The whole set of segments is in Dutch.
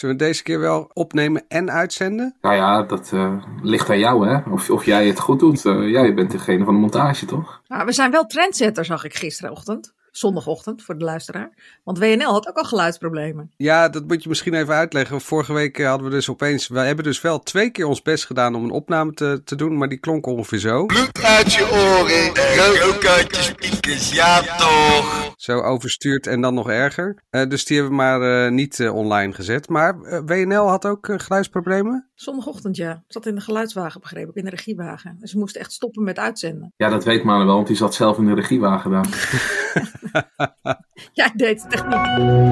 Zullen we deze keer wel opnemen en uitzenden? Nou ja, dat ligt aan jou, hè? Of jij het goed doet. Jij bent degene van de montage, toch? Nou, we zijn wel trendsetter, zag ik gisterochtend. Zondagochtend, voor de luisteraar. Want WNL had ook al geluidsproblemen. Ja, dat moet je misschien even uitleggen. Vorige week hadden we dus opeens... We hebben dus wel 2 keer ons best gedaan om een opname te doen, maar die klonk ongeveer zo. Bloed uit je oren, rook uit je speakers, ja toch? Zo overstuurd en dan nog erger. Dus die hebben we maar niet online gezet. Maar WNL had ook geluidsproblemen? Zondagochtend, ja. Zat in de geluidswagen, begreep ik, in de regiewagen. Dus ze moesten echt stoppen met uitzenden. Ja, dat weet Manuel, want die zat zelf in de regiewagen daar. Ja, ik deed de techniek.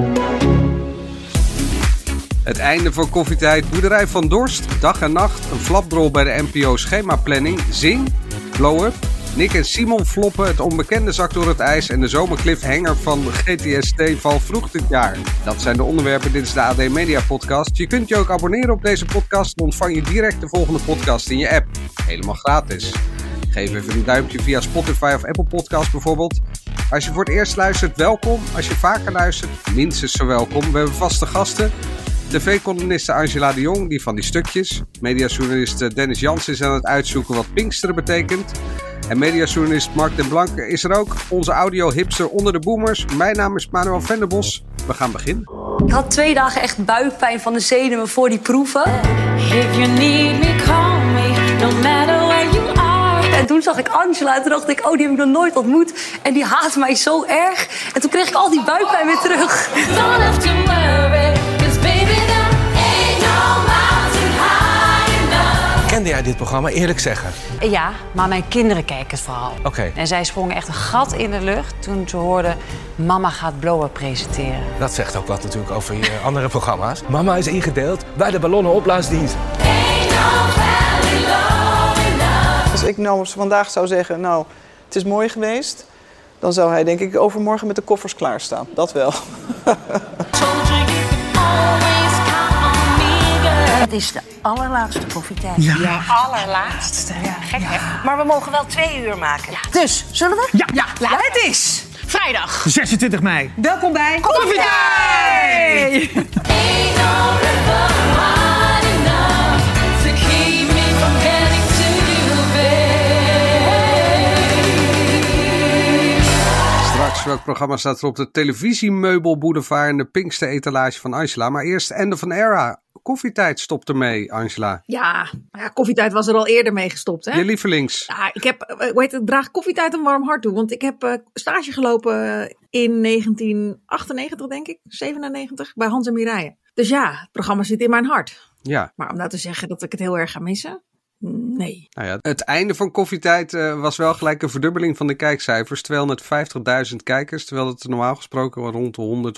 Het einde van Koffietijd, Boerderij van Dorst, Dag en Nacht, een flapdrol bij de NPO schemaplanning, Zing, Blow Up, Nick en Simon floppen, Het onbekende zak door het ijs en de zomercliffhanger van GTST val vroeg dit jaar. Dat zijn de onderwerpen, dit is de AD Media Podcast. Je kunt je ook abonneren op deze podcast, dan ontvang je direct de volgende podcast in je app. Helemaal gratis. Geef even een duimpje via Spotify of Apple Podcasts bijvoorbeeld. Als je voor het eerst luistert, welkom. Als je vaker luistert, minstens zo welkom. We hebben vaste gasten. TV-columniste Angela de Jong, die van die stukjes. Mediajournalist Dennis Jansen is aan het uitzoeken wat Pinksteren betekent. En mediajournalist Mark den Blanke is er ook. Onze audio-hipster onder de boomers. Mijn naam is Manuel Venderbos. We gaan beginnen. Ik had 2 dagen echt buikpijn van de zenuwen voor die proeven. If you need me, call me, no matter where you are. En toen zag ik Angela en toen dacht ik, oh, die heb ik nog nooit ontmoet. En die haat mij zo erg. En toen kreeg ik al die buikpijn weer terug. Don't have to worry, 'cause baby, there ain't no mountain high enough. Kende jij dit programma, eerlijk zeggen? Ja, maar mijn kinderen kijken het vooral. Oké. En zij sprongen echt een gat in de lucht toen ze hoorden... Mama gaat Blow Up presenteren. Dat zegt ook wat natuurlijk over je andere programma's. Mama is ingedeeld bij de ballonnenopblaasdienst. Ain't no valley low enough. Als ik nou vandaag zou zeggen, nou, het is mooi geweest... dan zou hij denk ik overmorgen met de koffers klaarstaan. Dat wel. Told you you could always count on me, girl. Het is de allerlaatste koffietijd. Ja, allerlaatste. Ja, gek hè? Maar we mogen wel 2 uur maken. Ja. Dus, zullen we? Ja, het is vrijdag 26 mei. Welkom bij Koffietijd! Ain't no river wide enough to keep me from getting to you, babe. Straks, welk programma staat er op de televisiemeubelboulevard en de Pinkster etalage van Angela? Maar eerst Ende van Era. Koffietijd stopt ermee, Angela. Ja, Koffietijd was er al eerder mee gestopt, hè? Je lievelings. Ja, ik heb, draag Koffietijd een warm hart toe. Want ik heb stage gelopen in 1998, denk ik. 97, bij Hans en Mireille. Dus ja, het programma zit in mijn hart. Ja. Maar om nou te zeggen dat ik het heel erg ga missen? Nee. Nou ja, het einde van Koffietijd was wel gelijk een verdubbeling van de kijkcijfers. 250.000 kijkers, terwijl het normaal gesproken rond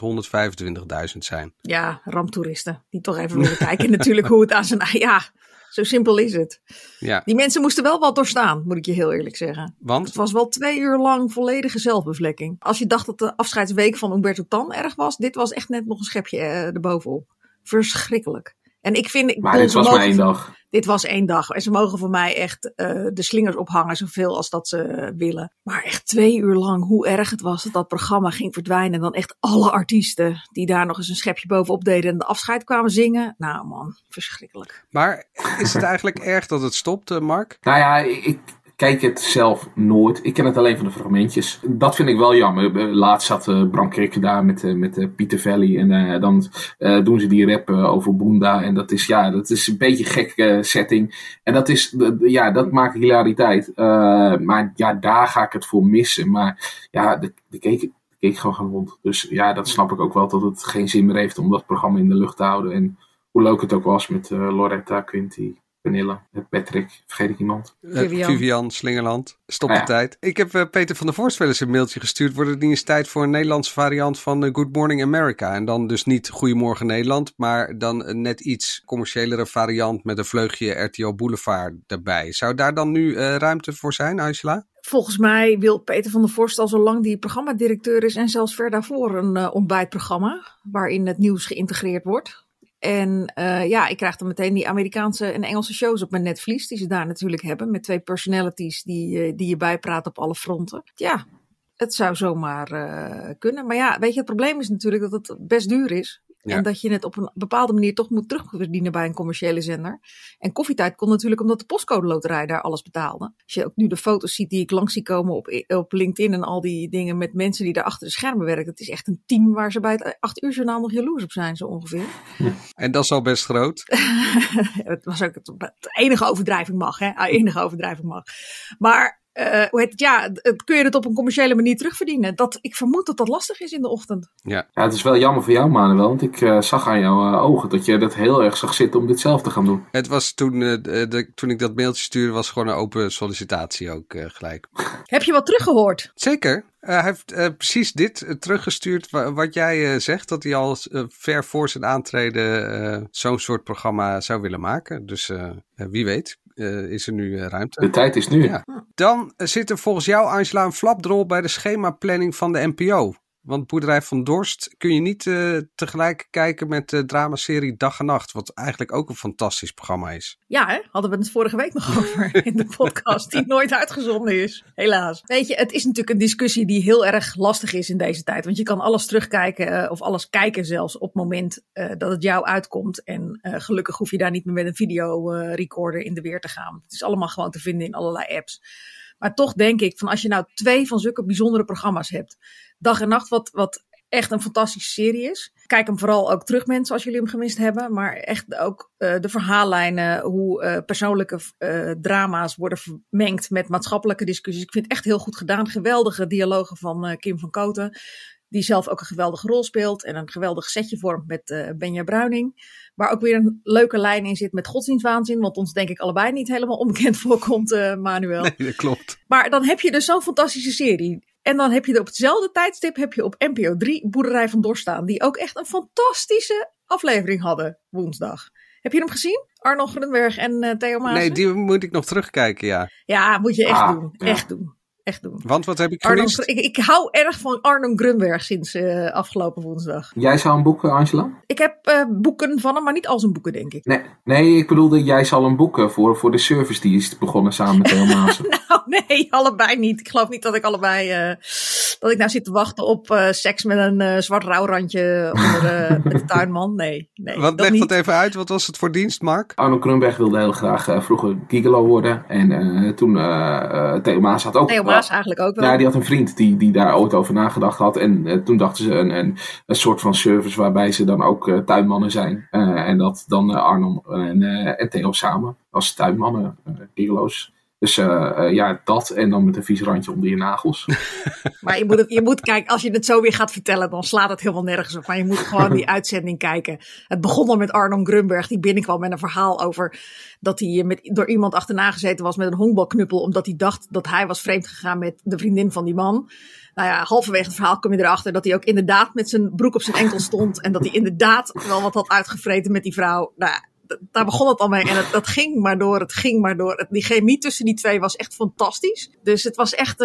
de 125.000 zijn. Ja, ramptoeristen. Die toch even willen kijken natuurlijk hoe het aan zijn... Ja, zo simpel is het. Ja. Die mensen moesten wel wat doorstaan, moet ik je heel eerlijk zeggen. Want? Het was wel 2 uur lang volledige zelfbevlekking. Als je dacht dat de afscheidsweek van Umberto Tan erg was, dit was echt net nog een schepje erbovenop. Verschrikkelijk. En ik vind... Maar dit was maar 1 dag. Dit was 1 dag. En ze mogen van mij echt de slingers ophangen zoveel als dat ze willen. Maar echt 2 uur lang hoe erg het was dat dat programma ging verdwijnen. En dan echt alle artiesten die daar nog eens een schepje bovenop deden en de afscheid kwamen zingen. Nou man, verschrikkelijk. Maar is het eigenlijk erg dat het stopt, Mark? Nou ja, ik kijk het zelf nooit. Ik ken het alleen van de fragmentjes. Dat vind ik wel jammer. Laatst zat Bram Krikke daar met Pieter Velli. En dan doen ze die rap over Boenda. En dat is een beetje een gekke setting. En dat maakt hilariteit. Maar ja, daar ga ik het voor missen. Maar ja, de keek gewoon rond. Dus ja, dat snap ik ook wel dat het geen zin meer heeft om dat programma in de lucht te houden. En hoe leuk het ook was met Loretta, Quinty, Vanilla, Patrick, vergeet ik iemand? Vivian Slingerland, stop de tijd. Ik heb Peter van der Voorst wel eens een mailtje gestuurd. Wordt het niet eens tijd voor een Nederlandse variant van Good Morning America? En dan dus niet Goedemorgen Nederland, maar dan een net iets commerciëlere variant met een vleugje RTL Boulevard erbij. Zou daar dan nu ruimte voor zijn, Angela? Volgens mij wil Peter van der Vorst al zolang die programmadirecteur is en zelfs ver daarvoor een ontbijtprogramma waarin het nieuws geïntegreerd wordt. En ik krijg dan meteen die Amerikaanse en Engelse shows op mijn netvlies die ze daar natuurlijk hebben. Met 2 personalities die je bijpraat op alle fronten. Ja, het zou zomaar kunnen. Maar ja, weet je, het probleem is natuurlijk dat het best duur is. Ja. En dat je het op een bepaalde manier toch moet terugverdienen bij een commerciële zender. En Koffietijd kon natuurlijk omdat de postcode loterij daar alles betaalde. Als je ook nu de foto's ziet die ik langs zie komen op LinkedIn en al die dingen met mensen die daar achter de schermen werken. Het is echt een team waar ze bij het 8 uur journaal nog jaloers op zijn, zo ongeveer. En dat is al best groot. Het was ook het enige overdrijving mag, hè? Enige overdrijving mag. Maar kun je het op een commerciële manier terugverdienen? Ik vermoed dat dat lastig is in de ochtend. Ja, het is wel jammer voor jou, Manuel. Want ik zag aan jouw ogen dat je dat heel erg zag zitten om dit zelf te gaan doen. Het was toen ik dat mailtje stuurde, was gewoon een open sollicitatie ook gelijk. Heb je wat teruggehoord? Zeker. Hij heeft precies dit teruggestuurd wat jij zegt. Dat hij al ver voor zijn aantreden zo'n soort programma zou willen maken. Dus wie weet is er nu ruimte. De tijd is nu. Ja. Dan zit er volgens jou, Angela, een flapdrol bij de schemaplanning van de NPO. Want Boerderij van Dorst kun je niet tegelijk kijken met de dramaserie Dag en Nacht. Wat eigenlijk ook een fantastisch programma is. Ja, hè? Hadden we het vorige week nog over in de podcast die nooit uitgezonden is. Helaas. Weet je, het is natuurlijk een discussie die heel erg lastig is in deze tijd. Want je kan alles terugkijken of alles kijken zelfs op het moment dat het jou uitkomt. En gelukkig hoef je daar niet meer met een videorecorder in de weer te gaan. Het is allemaal gewoon te vinden in allerlei apps. Maar toch denk ik, van als je nou 2 van zulke bijzondere programma's hebt. Dag en Nacht, wat echt een fantastische serie is. Kijk hem vooral ook terug, mensen, als jullie hem gemist hebben. Maar echt ook de verhaallijnen, hoe persoonlijke drama's worden vermengd met maatschappelijke discussies. Ik vind het echt heel goed gedaan. Geweldige dialogen van Kim van Kooten. Die zelf ook een geweldige rol speelt. En een geweldig setje vormt met Benja Bruining. Waar ook weer een leuke lijn in zit met godsdienstwaanzin. Wat ons denk ik allebei niet helemaal onbekend voorkomt, Manuel. Nee, dat klopt. Maar dan heb je dus zo'n fantastische serie. En dan heb je op hetzelfde tijdstip op NPO 3 Boerderij van Dorst staan. Die ook echt een fantastische aflevering hadden woensdag. Heb je hem gezien? Arnold Grunberg en Theo Maassen? Nee, die moet ik nog terugkijken, ja. Ja, moet je echt doen. Ja. Echt doen. Echt doen. Want wat heb ik gemist? Ik hou erg van Arnold Grunberg sinds afgelopen woensdag. Jij zou een boek, Angela? Ik heb boeken van hem, maar niet al zijn boeken, denk ik. Nee, ik bedoelde, jij zal hem boeken voor de service die is begonnen samen met Theo Maassen. Nou, nee, allebei niet. Ik geloof niet dat ik allebei... dat ik nou zit te wachten op seks met een zwart rouwrandje met de tuinman. Nee. Wat legt dat even uit? Wat was het voor dienst, Mark? Arnold Grunberg wilde heel graag vroeger gigolo worden. En toen Theo Maassen had ook... Theo Maassen eigenlijk ook wel. Ja, die had een vriend die daar ooit over nagedacht had. En toen dachten ze een soort van service waarbij ze dan ook tuinmannen zijn. En dat dan Arnold en Theo samen als tuinmannen, gigolo's. Dus dat en dan met een vies randje onder je nagels. Maar je moet kijken, als je het zo weer gaat vertellen, dan slaat het helemaal nergens op. Maar je moet gewoon die uitzending kijken. Het begon al met Arnold Grunberg, die binnenkwam met een verhaal over dat hij door iemand achterna gezeten was met een honkbalknuppel, omdat hij dacht dat hij was vreemd gegaan met de vriendin van die man. Nou ja, halverwege het verhaal kom je erachter dat hij ook inderdaad met zijn broek op zijn enkel stond. En dat hij inderdaad wel wat had uitgevreten met die vrouw. Nou ja, daar begon het al mee. En dat ging maar door. Die chemie tussen die twee was echt fantastisch. Dus het was echt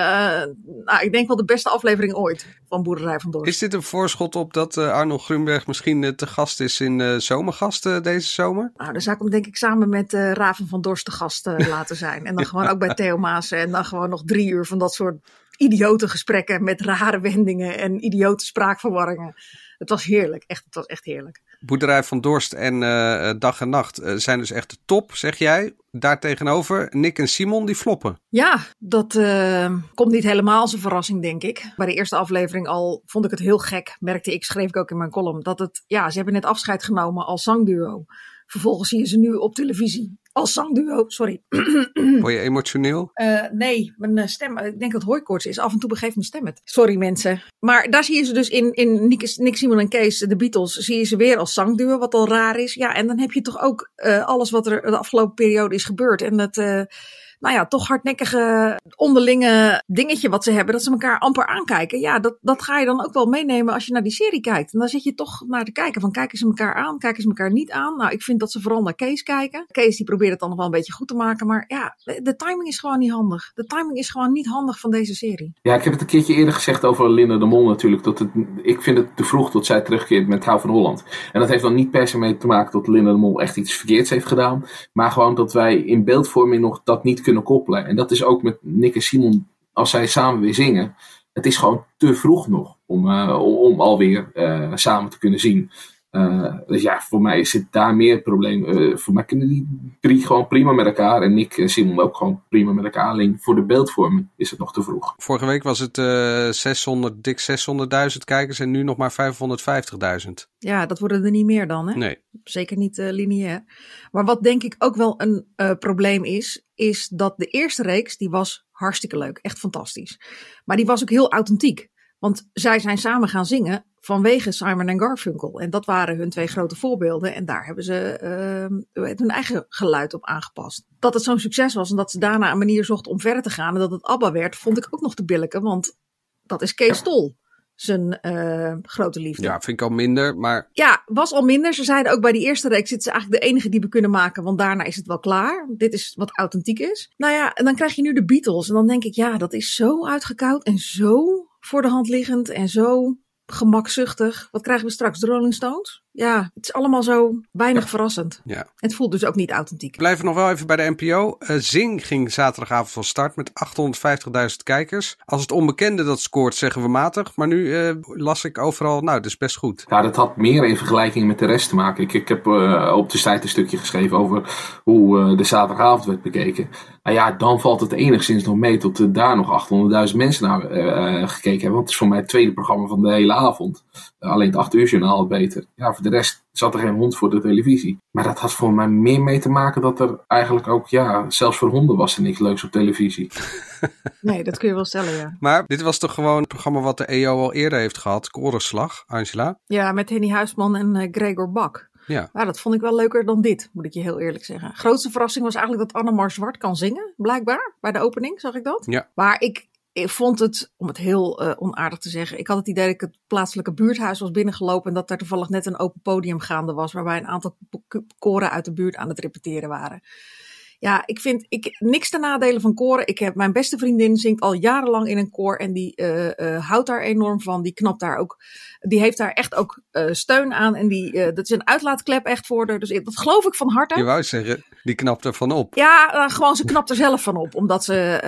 ik denk wel de beste aflevering ooit van Boerderij van Dorst. Is dit een voorschot op dat Arnold Grunberg misschien te gast is in Zomergast deze zomer? Nou, dan zou ik hem denk ik samen met Raven van Dorst te gast laten zijn. En dan gewoon ook bij Theo Maassen. En dan gewoon nog 3 uur van dat soort idiote gesprekken met rare wendingen en idiote spraakverwarringen. Het was heerlijk. Het was echt heerlijk. Boerderij van Dorst en Dag en Nacht zijn dus echt de top, zeg jij. Daartegenover Nick en Simon die floppen. Ja, dat komt niet helemaal als een verrassing, denk ik. Bij de eerste aflevering al vond ik het heel gek, merkte ik, schreef ik ook in mijn column. Ze hebben net afscheid genomen als zangduo. Vervolgens zie je ze nu op televisie als zangduo. Sorry. Word je emotioneel? Nee, mijn stem, ik denk dat hooikoorts is. Af en toe begeeft mijn stem het. Sorry mensen. Maar daar zie je ze dus in Nick, Simon en Kees, de Beatles, zie je ze weer als zangduo, wat al raar is. Ja, en dan heb je toch ook alles wat er de afgelopen periode is gebeurd. En dat... toch hardnekkige onderlinge dingetje wat ze hebben, dat ze elkaar amper aankijken. Ja, dat ga je dan ook wel meenemen als je naar die serie kijkt. En dan zit je toch naar te kijken van, kijken ze elkaar aan, kijken ze elkaar niet aan? Nou, ik vind dat ze vooral naar Kees kijken. Kees die probeert het dan nog wel een beetje goed te maken, maar ja, de timing is gewoon niet handig. De timing is gewoon niet handig van deze serie. Ja, ik heb het een keertje eerder gezegd over Linda de Mol natuurlijk. Ik vind het te vroeg dat zij terugkeert met Hou van Holland. En dat heeft dan niet per se mee te maken dat Linda de Mol echt iets verkeerds heeft gedaan. Maar gewoon dat wij in beeldvorming nog dat niet kunnen koppelen. En dat is ook met Nick en Simon, als zij samen weer zingen. Het is gewoon te vroeg nog om alweer samen te kunnen zien. Dus ja, voor mij zit daar meer het probleem. Voor mij kunnen die drie gewoon prima met elkaar. En Nick en Simon ook gewoon prima met elkaar. Alleen voor de beeldvorming is het nog te vroeg. Vorige week was het dik 600.000 kijkers en nu nog maar 550.000. Ja, dat worden er niet meer dan, hè? Nee. Zeker niet lineair. Maar wat denk ik ook wel een probleem is dat de eerste reeks, die was hartstikke leuk. Echt fantastisch. Maar die was ook heel authentiek. Want zij zijn samen gaan zingen vanwege Simon en Garfunkel. En dat waren hun 2 grote voorbeelden. En daar hebben ze hun eigen geluid op aangepast. Dat het zo'n succes was en dat ze daarna een manier zochten om verder te gaan. En dat het ABBA werd, vond ik ook nog te billijken. Want dat is Kees Tol, zijn grote liefde. Ja, vind ik al minder, maar... Ja, was al minder. Ze zeiden ook bij die eerste reeks, dit is eigenlijk de enige die we kunnen maken. Want daarna is het wel klaar. Dit is wat authentiek is. Nou ja, en dan krijg je nu de Beatles. En dan denk ik, ja, dat is zo uitgekoud en zo voor de hand liggend en zo gemakzuchtig. Wat krijgen we straks? De Rolling Stones? Ja, het is allemaal zo weinig verrassend. Ja. Het voelt dus ook niet authentiek. We blijven nog wel even bij de NPO. Zing ging zaterdagavond van start met 850.000 kijkers. Als het onbekende dat scoort, zeggen we matig. Maar nu las ik overal, nou, dat is best goed. Ja, dat had meer in vergelijking met de rest te maken. Ik heb op de site een stukje geschreven over hoe de zaterdagavond werd bekeken. Nou ja, dan valt het enigszins nog mee tot daar nog 800.000 mensen naar gekeken hebben. Want het is voor mij het tweede programma van de hele avond. Alleen het 8 uur journaal beter. Ja, voor de rest zat er geen hond voor de televisie. Maar dat had voor mij meer mee te maken dat er eigenlijk ook, ja, zelfs voor honden was er niks leuks op televisie. Nee, dat kun je wel stellen, ja. Maar dit was toch gewoon het programma wat de EO al eerder heeft gehad. Korenslag, Angela? Ja, met Henny Huisman en Gregor Bak. Ja. Ja, dat vond ik wel leuker dan dit, moet ik je heel eerlijk zeggen. Grootste verrassing was eigenlijk dat Annemar Zwart kan zingen, blijkbaar. Bij de opening zag ik dat. Ja. Maar ik vond het, om het heel onaardig te zeggen, ik had het idee dat ik het plaatselijke buurthuis was binnengelopen en dat er toevallig net een open podium gaande was, waarbij een aantal koren uit de buurt aan het repeteren waren. Ja, ik vind niks ten nadele van koren. Mijn beste vriendin zingt al jarenlang in een koor en die houdt daar enorm van. Die knapt daar ook. Die heeft daar echt ook steun aan. En dat is een uitlaatklep echt voor haar. Dus dat geloof ik van harte. Je wou zeggen, die knapt er van op. Ja, gewoon ze knapt er zelf van op. Omdat ze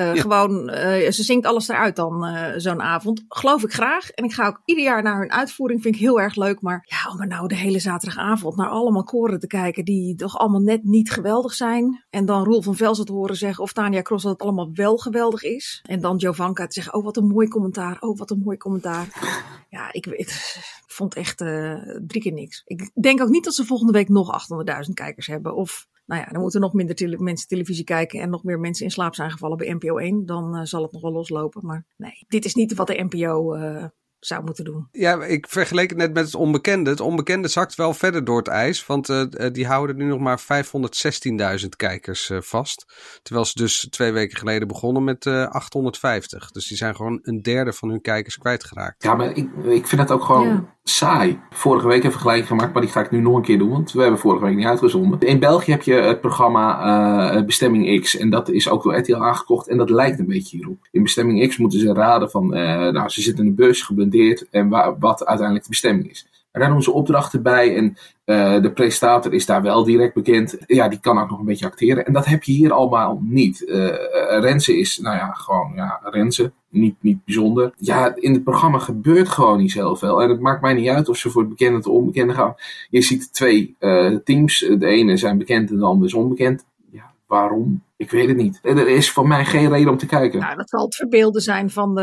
ze zingt alles eruit dan zo'n avond. Geloof ik graag. En ik ga ook ieder jaar naar hun uitvoering. Vind ik heel erg leuk. Maar ja, om er nou de hele zaterdagavond naar allemaal koren te kijken die toch allemaal net niet geweldig zijn. En dan Roel van Velzen te horen zeggen of Tania Cross dat het allemaal wel geweldig is. En dan Jovanka te zeggen, oh wat een mooi commentaar. Oh wat een mooi commentaar. Ja, ik vond echt 3 keer niks. Ik denk ook niet dat ze volgende week nog 800.000 kijkers hebben. Of, nou ja, dan moeten nog minder mensen televisie kijken en nog meer mensen in slaap zijn gevallen bij NPO 1. Dan zal het nog wel loslopen. Maar nee, dit is niet wat de NPO zou moeten doen. Ja, ik vergeleek het net met het onbekende. Het onbekende zakt wel verder door het ijs. Want die houden nu nog maar 516.000 kijkers vast. Terwijl ze dus 2 weken geleden begonnen met 850. Dus die zijn gewoon een derde van hun kijkers kwijtgeraakt. Ja, maar ik vind het ook gewoon saai. Vorige week een vergelijking gemaakt, maar die ga ik nu nog een keer doen. Want we hebben vorige week niet uitgezonden. In België heb je het programma Bestemming X. En dat is ook door RTL aangekocht. En dat lijkt een beetje hierop. In Bestemming X moeten ze raden van, ze zitten in een bus geblendeerd. En wat uiteindelijk de bestemming is. Maar daar doen ze opdrachten bij. En de presentator is daar wel direct bekend. Ja, die kan ook nog een beetje acteren. En dat heb je hier allemaal niet. Renze is, nou ja, gewoon Renze. Niet bijzonder. Ja, in het programma gebeurt gewoon niet zo veel. En het maakt mij niet uit of ze voor het bekende of de onbekende gaan. Je ziet 2 teams. De ene zijn bekend en de andere is onbekend. Ja, waarom? Ik weet het niet. Er is voor mij geen reden om te kijken. Nou, dat zal het verbeelden zijn van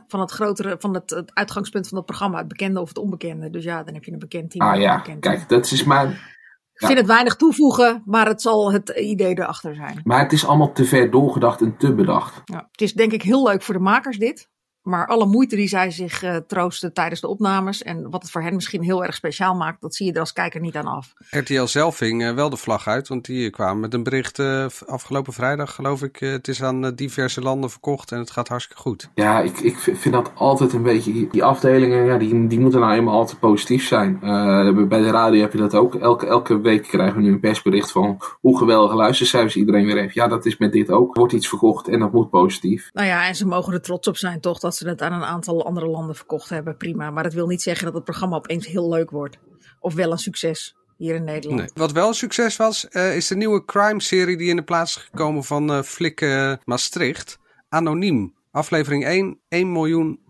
het uitgangspunt van het programma. Het bekende of het onbekende. Dus ja, dan heb je een bekend team. Ah ja, kijk, dat is maar... Ik vind het weinig toevoegen, maar het zal het idee erachter zijn. Maar het is allemaal te ver doorgedacht en te bedacht. Ja, het is denk ik heel leuk voor de makers dit. Maar alle moeite die zij zich troosten tijdens de opnames en wat het voor hen misschien heel erg speciaal maakt, dat zie je er als kijker niet aan af. RTL zelf ving wel de vlag uit, want die kwamen met een bericht afgelopen vrijdag, geloof ik. Het is aan diverse landen verkocht en het gaat hartstikke goed. Ja, ik vind dat altijd een beetje, die afdelingen, ja, die moeten nou eenmaal altijd positief zijn. Bij de radio heb je dat ook. Elke week krijgen we nu een persbericht van hoe geweldige luistercijfers iedereen weer heeft. Ja, dat is met dit ook. Er wordt iets verkocht en dat moet positief. Nou ja, en ze mogen er trots op zijn toch, dat ze het aan een aantal andere landen verkocht hebben. Prima, maar dat wil niet zeggen dat het programma opeens heel leuk wordt. Of wel een succes hier in Nederland. Nee. Wat wel een succes was, is de nieuwe crime-serie die in de plaats is gekomen van Flik Maastricht. Anoniem. Aflevering 1, 1 miljoen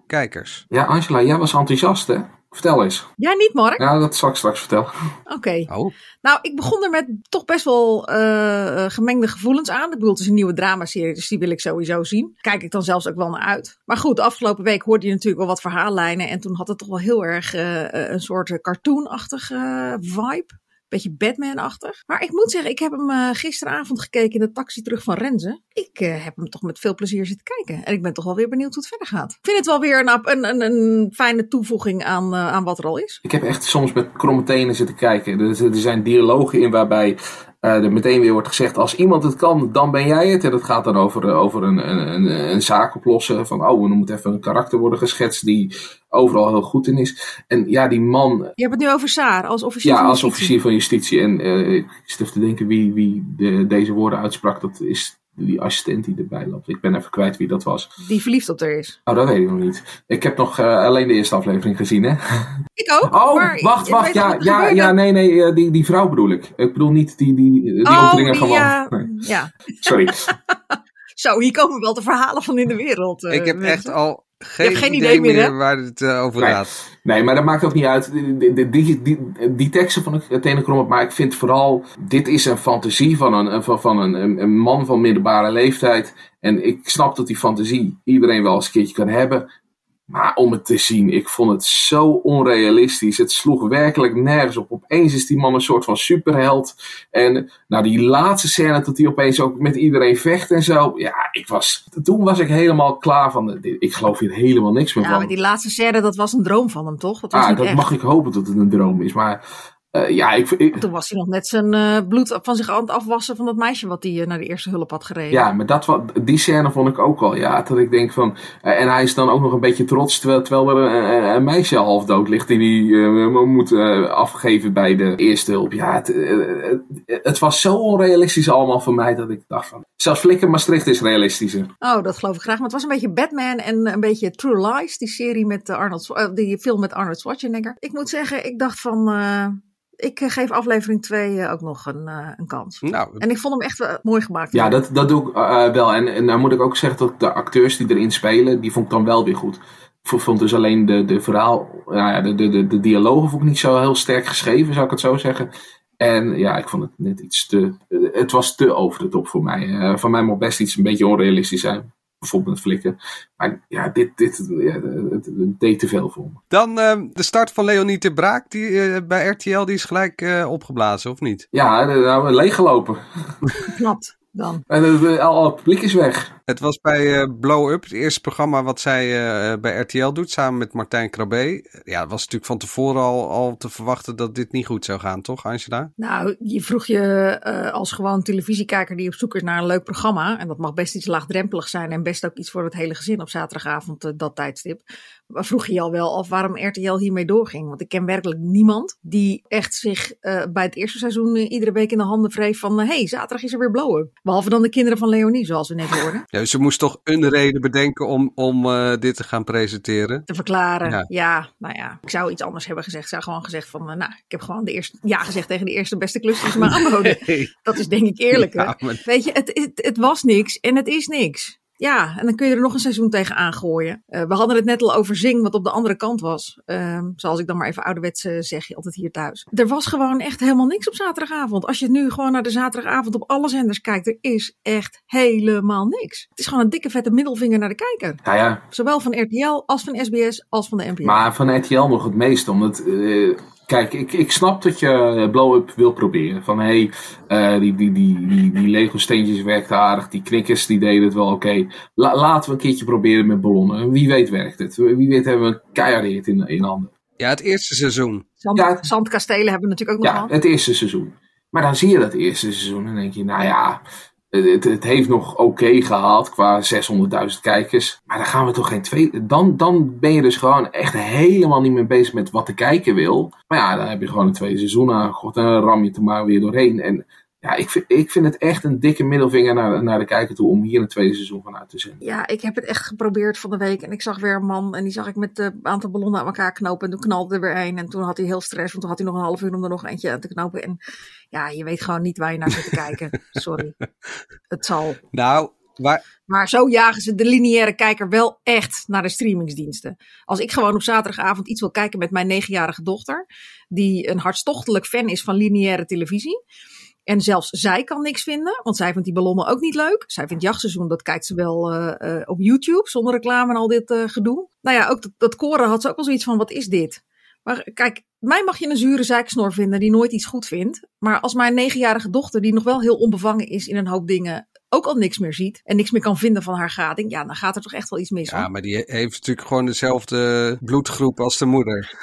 kijkers. Ja, Angela, jij was enthousiast, hè? Vertel eens. Jij niet, Mark? Ja, dat zal ik straks vertellen. Oké. Oh. Nou, ik begon er met toch best wel gemengde gevoelens aan. Ik bedoel, het is een nieuwe dramaserie, dus die wil ik sowieso zien. Kijk ik dan zelfs ook wel naar uit. Maar goed, afgelopen week hoorde je natuurlijk wel wat verhaallijnen. En toen had het toch wel heel erg een soort cartoonachtige vibe. Beetje Batman-achtig. Maar ik moet zeggen, ik heb hem gisteravond gekeken in de taxi terug van Renze. Ik heb hem toch met veel plezier zitten kijken. En ik ben toch wel weer benieuwd hoe het verder gaat. Ik vind het wel weer een fijne toevoeging aan wat er al is. Ik heb echt soms met kromme tenen zitten kijken. Er zijn dialogen in waarbij er meteen weer wordt gezegd, als iemand het kan, dan ben jij het. En dat gaat dan over een zaak oplossen. Van, er moet even een karakter worden geschetst die overal heel goed in is. En ja, die man... Je hebt het nu over Saar, als officier ja, van als justitie. officier van justitie. En ik zit even te denken wie deze woorden uitsprak. Dat is die assistent die erbij loopt. Ik ben even kwijt wie dat was. Die verliefd op haar is. Oh, dat weet ik nog niet. Ik heb nog alleen de eerste aflevering gezien, hè? Ik ook. Oh, maar wacht. je weet toch wat er gebeurde? Ja, nee. Die vrouw bedoel ik. Ik bedoel niet die omdringer van man. Nee. Ja. Sorry. Zo, hier komen wel de verhalen van in de wereld. Ik heb mensen. echt al Je hebt geen idee meer waar het over Nee. gaat. Nee, maar dat maakt ook niet uit. Die teksten vond ik het ene krom, maar ik vind vooral, dit is een fantasie van een man van middelbare leeftijd. En ik snap dat die fantasie iedereen wel eens een keertje kan hebben. Maar om het te zien, ik vond het zo onrealistisch. Het sloeg werkelijk nergens op. Opeens is die man een soort van superheld. En nou, die laatste scène dat hij opeens ook met iedereen vecht en zo. Ja, toen was ik helemaal klaar van. Ik geloof hier helemaal niks meer Ja, van. maar die laatste scène, dat was een droom van hem, toch? Dat was niet Dat echt. mag ik hopen dat het een droom is. Maar Toen was hij nog net zijn bloed van zich aan het afwassen van dat meisje wat hij naar de eerste hulp had gereden. ja, maar die scène vond ik ook wel. Ja, dat ik denk van... en hij is dan ook nog een beetje trots, terwijl er een meisje half dood ligt die moet afgeven bij de eerste hulp. Ja, het was zo onrealistisch allemaal voor mij dat ik dacht van... Zelfs Flikker Maastricht is realistischer. Oh, dat geloof ik graag. Maar het was een beetje Batman en een beetje True Lies, die serie met die film met Arnold Schwarzenegger. Ik moet zeggen, ik dacht van... ik geef aflevering 2 ook nog een kans. Nou, En ik vond hem echt mooi gemaakt. Ja, dat doe ik wel. En nou moet ik ook zeggen dat de acteurs die erin spelen, die vond ik dan wel weer goed. Ik vond dus alleen de verhaal, de dialogen vond ik niet zo heel sterk geschreven, zou ik het zo zeggen. En ja, ik vond het net iets het was te over de top voor mij. Van mij mag best iets een beetje onrealistisch zijn. Bijvoorbeeld met Flikken. Maar ja, het deed te veel voor me. Dan de start van Leonie ter Braak bij RTL, die is gelijk opgeblazen, of niet? Ja, leeggelopen. Knap dan. En al het publiek is weg. Het was bij Blow Up, het eerste programma wat zij bij RTL doet, samen met Martijn Krabbe. Ja, het was natuurlijk van tevoren al te verwachten dat dit niet goed zou gaan, toch Angela? Nou, je vroeg je als gewoon televisiekijker die op zoek is naar een leuk programma. En dat mag best iets laagdrempelig zijn en best ook iets voor het hele gezin op zaterdagavond, dat tijdstip. Maar vroeg je je al wel af waarom RTL hiermee doorging. Want ik ken werkelijk niemand die echt zich bij het eerste seizoen iedere week in de handen wreef van... hey, zaterdag is er weer Blow Up. Behalve dan de kinderen van Leonie, zoals we net hoorden. Ja, dus ze moest toch een reden bedenken om dit te gaan presenteren. Te verklaren. Ja. Ja, nou ja. Ik zou iets anders hebben gezegd. Ik zou gewoon gezegd van, ik heb gewoon ja gezegd tegen de eerste beste klus die ze me aanboden. Nee. Dat is denk ik eerlijker. Ja, maar... Weet je, het was niks en het is niks. Ja, en dan kun je er nog een seizoen tegen aangooien. We hadden het net al over Zing, wat op de andere kant was. Zoals ik dan maar even ouderwets zeg, je altijd hier thuis. Er was gewoon echt helemaal niks op zaterdagavond. Als je nu gewoon naar de zaterdagavond op alle zenders kijkt, er is echt helemaal niks. Het is gewoon een dikke vette middelvinger naar de kijker. Nou ja. Zowel van RTL als van SBS als van de NPO. Maar van RTL nog het meest, omdat... Kijk, ik snap dat je blow-up wil proberen. Van die Lego steentjes werkten aardig. Die knikkers die deden het wel oké. Laten we een keertje proberen met ballonnen. Wie weet werkt het. Wie weet hebben we een keihard in handen. Ja, het eerste seizoen. Zandkastelen hebben we natuurlijk ook nog gehad. Ja, het eerste seizoen. Maar dan zie je dat eerste seizoen en denk je, nou ja... Het heeft nog oké gehaald qua 600.000 kijkers. Maar dan gaan we toch geen tweede... Dan ben je dus gewoon echt helemaal niet meer bezig met wat de kijker wil. Maar ja, dan heb je gewoon een tweede seizoen aangegooid. En dan ram je het er maar weer doorheen. En ja, ik vind het echt een dikke middelvinger naar de kijker toe om hier een tweede seizoen van uit te zenden. Ja, ik heb het echt geprobeerd van de week. En ik zag weer een man en die zag ik met een aantal ballonnen aan elkaar knopen. En toen knalde er weer één. En toen had hij heel stress, want toen had hij nog een half uur om er nog eentje aan te knopen. En ja, je weet gewoon niet waar je naar zit te kijken. Sorry. Het zal. Nou, Maar zo jagen ze de lineaire kijker wel echt naar de streamingsdiensten. Als ik gewoon op zaterdagavond iets wil kijken met mijn 9-jarige dochter, die een hartstochtelijk fan is van lineaire televisie. En zelfs zij kan niks vinden, want zij vindt die ballonnen ook niet leuk. Zij vindt Jachtseizoen, dat kijkt ze wel op YouTube, zonder reclame en al dit gedoe. Nou ja, ook dat koren had ze ook wel zoiets van, wat is dit? Maar kijk, mij mag je een zure zeiksnor vinden die nooit iets goed vindt. Maar als mijn 9-jarige dochter, die nog wel heel onbevangen is in een hoop dingen, ook al niks meer ziet en niks meer kan vinden van haar gading, ja, dan gaat er toch echt wel iets mis. Ja, maar die heeft natuurlijk gewoon dezelfde bloedgroep als de moeder.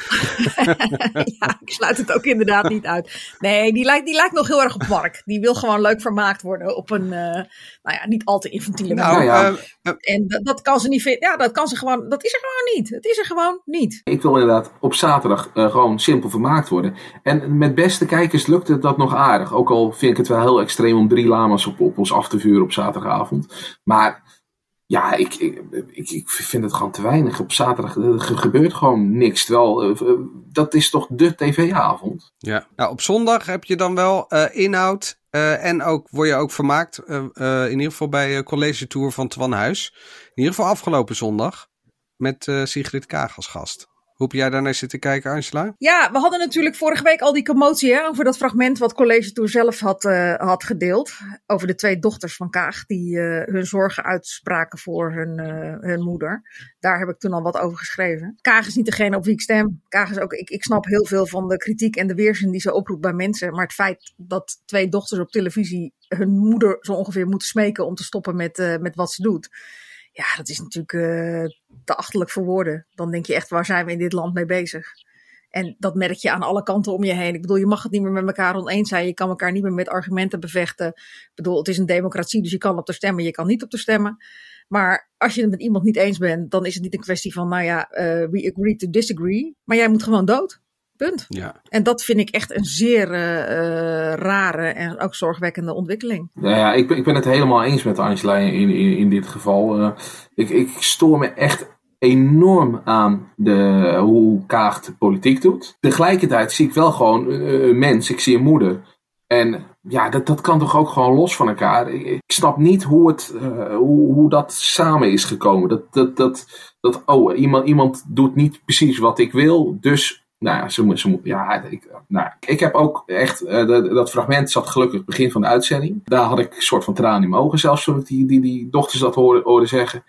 Ja, ik sluit het ook inderdaad niet uit. Nee, die lijkt nog heel erg op Mark. Die wil gewoon leuk vermaakt worden op een, niet al te infantiele manier. En dat kan ze niet vinden. Ja, dat kan ze gewoon. Dat is er gewoon niet. Het is er gewoon niet. Ik wil inderdaad op zaterdag gewoon simpel vermaakt worden. En met beste kijkers lukte dat nog aardig. Ook al vind ik het wel heel extreem om 3 lama's op ons af te vuren op zaterdagavond. Maar ja, ik vind het gewoon te weinig. Op zaterdag gebeurt gewoon niks. Terwijl, dat is toch de tv-avond? Ja. Nou, op zondag heb je dan wel inhoud. En ook word je ook vermaakt. In ieder geval bij College Tour van Twan Huis. In ieder geval afgelopen zondag. Met Sigrid Kaag als gast. Hoe heb jij daarnaar zitten kijken, Angela? Ja, we hadden natuurlijk vorige week al die commotie over dat fragment wat College Tour zelf had gedeeld. Over de 2 dochters van Kaag die hun zorgen uitspraken voor hun moeder. Daar heb ik toen al wat over geschreven. Kaag is niet degene op wie ik stem. Kaag is ook, ik snap heel veel van de kritiek en de weerzin die ze oproept bij mensen. Maar het feit dat 2 dochters op televisie hun moeder zo ongeveer moeten smeken om te stoppen met wat ze doet. Ja, dat is natuurlijk te achterlijk voor woorden. Dan denk je echt, waar zijn we in dit land mee bezig? En dat merk je aan alle kanten om je heen. Ik bedoel, je mag het niet meer met elkaar oneens zijn. Je kan elkaar niet meer met argumenten bevechten. Ik bedoel, het is een democratie, dus je kan op te stemmen, je kan niet op te stemmen. Maar als je het met iemand niet eens bent, dan is het niet een kwestie van, we agree to disagree. Maar jij moet gewoon dood. Punt. Ja. En dat vind ik echt een zeer rare en ook zorgwekkende ontwikkeling. Ja, ik ben het helemaal eens met Angela in dit geval. Ik stoor me echt enorm aan hoe Kaag de politiek doet. Tegelijkertijd zie ik wel gewoon een mens, ik zie een moeder. En ja, dat kan toch ook gewoon los van elkaar. Ik snap niet hoe dat samen is gekomen. Iemand doet niet precies wat ik wil, dus ik heb ook echt, dat fragment zat gelukkig begin van de uitzending. Daar had ik een soort van tranen in mijn ogen, zelfs toen ik die dochters dat hoorde zeggen.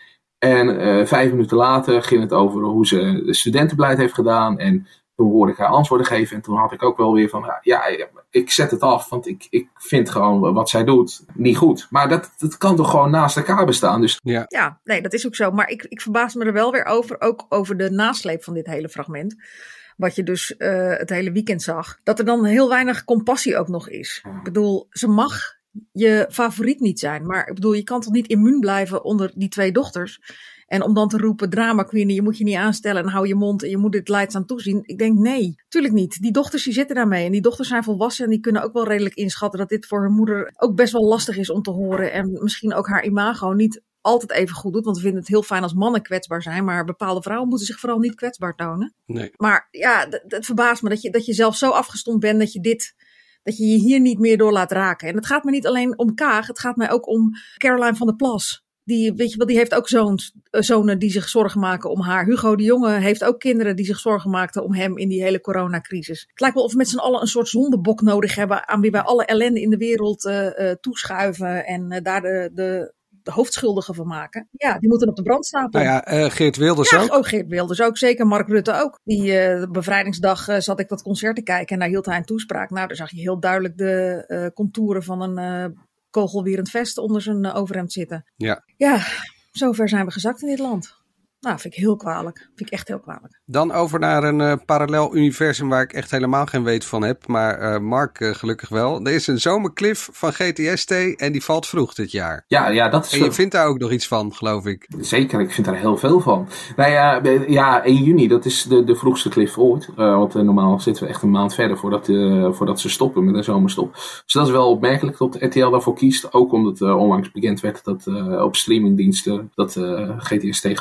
En 5 minuten later ging het over hoe ze de studentenbeleid heeft gedaan. En toen hoorde ik haar antwoorden geven. En toen had ik ook wel weer van, ik zet het af. Want ik vind gewoon wat zij doet niet goed. Maar dat kan toch gewoon naast elkaar bestaan. Dus... Ja, nee, dat is ook zo. Maar ik verbaas me er wel weer over. Ook over de nasleep van dit hele fragment. Wat je dus het hele weekend zag. Dat er dan heel weinig compassie ook nog is. Ik bedoel, ze mag je favoriet niet zijn. Maar ik bedoel, je kan toch niet immuun blijven onder die 2 dochters. En om dan te roepen, drama queen, je moet je niet aanstellen en hou je mond en je moet dit leidzaam toezien. Ik denk, nee, tuurlijk niet. Die dochters die zitten daarmee en die dochters zijn volwassen en die kunnen ook wel redelijk inschatten dat dit voor hun moeder ook best wel lastig is om te horen. En misschien ook haar imago niet altijd even goed doet. Want we vinden het heel fijn als mannen kwetsbaar zijn. Maar bepaalde vrouwen moeten zich vooral niet kwetsbaar tonen. Nee. Maar ja, het verbaast me dat je zelf zo afgestompt bent dat je hier niet meer door laat raken. En het gaat me niet alleen om Kaag. Het gaat mij ook om Caroline van der Plas. Die heeft ook zonen die zich zorgen maken om haar. Hugo de Jonge heeft ook kinderen die zich zorgen maakten om hem in die hele coronacrisis. Het lijkt wel of we met z'n allen een soort zondebok nodig hebben aan wie wij alle ellende in de wereld toeschuiven en daar de hoofdschuldigen van maken. Ja, die moeten op de brandstapel. Nou ja, Geert Wilders ook. Oh, Geert Wilders ook, zeker. Mark Rutte ook. Die bevrijdingsdag zat ik dat concert te kijken en daar hield hij een toespraak. Nou, daar zag je heel duidelijk de contouren van een kogelwerend vest onder zijn overhemd zitten. Ja, zover zijn we gezakt in dit land. Nou, vind ik heel kwalijk. Vind ik echt heel kwalijk. Dan over naar een parallel universum waar ik echt helemaal geen weet van heb. Maar Mark gelukkig wel. Er is een zomercliff van GTST en die valt vroeg dit jaar. Ja, dat is en je vindt daar ook nog iets van, geloof ik. Zeker, ik vind daar heel veel van. Nou ja, 1 juni, dat is de vroegste cliff ooit. Want normaal zitten we echt een maand verder voordat ze stoppen met een zomerstop. Dus dat is wel opmerkelijk dat RTL daarvoor kiest. Ook omdat onlangs bekend werd dat op streamingdiensten dat GTST gewoon echt een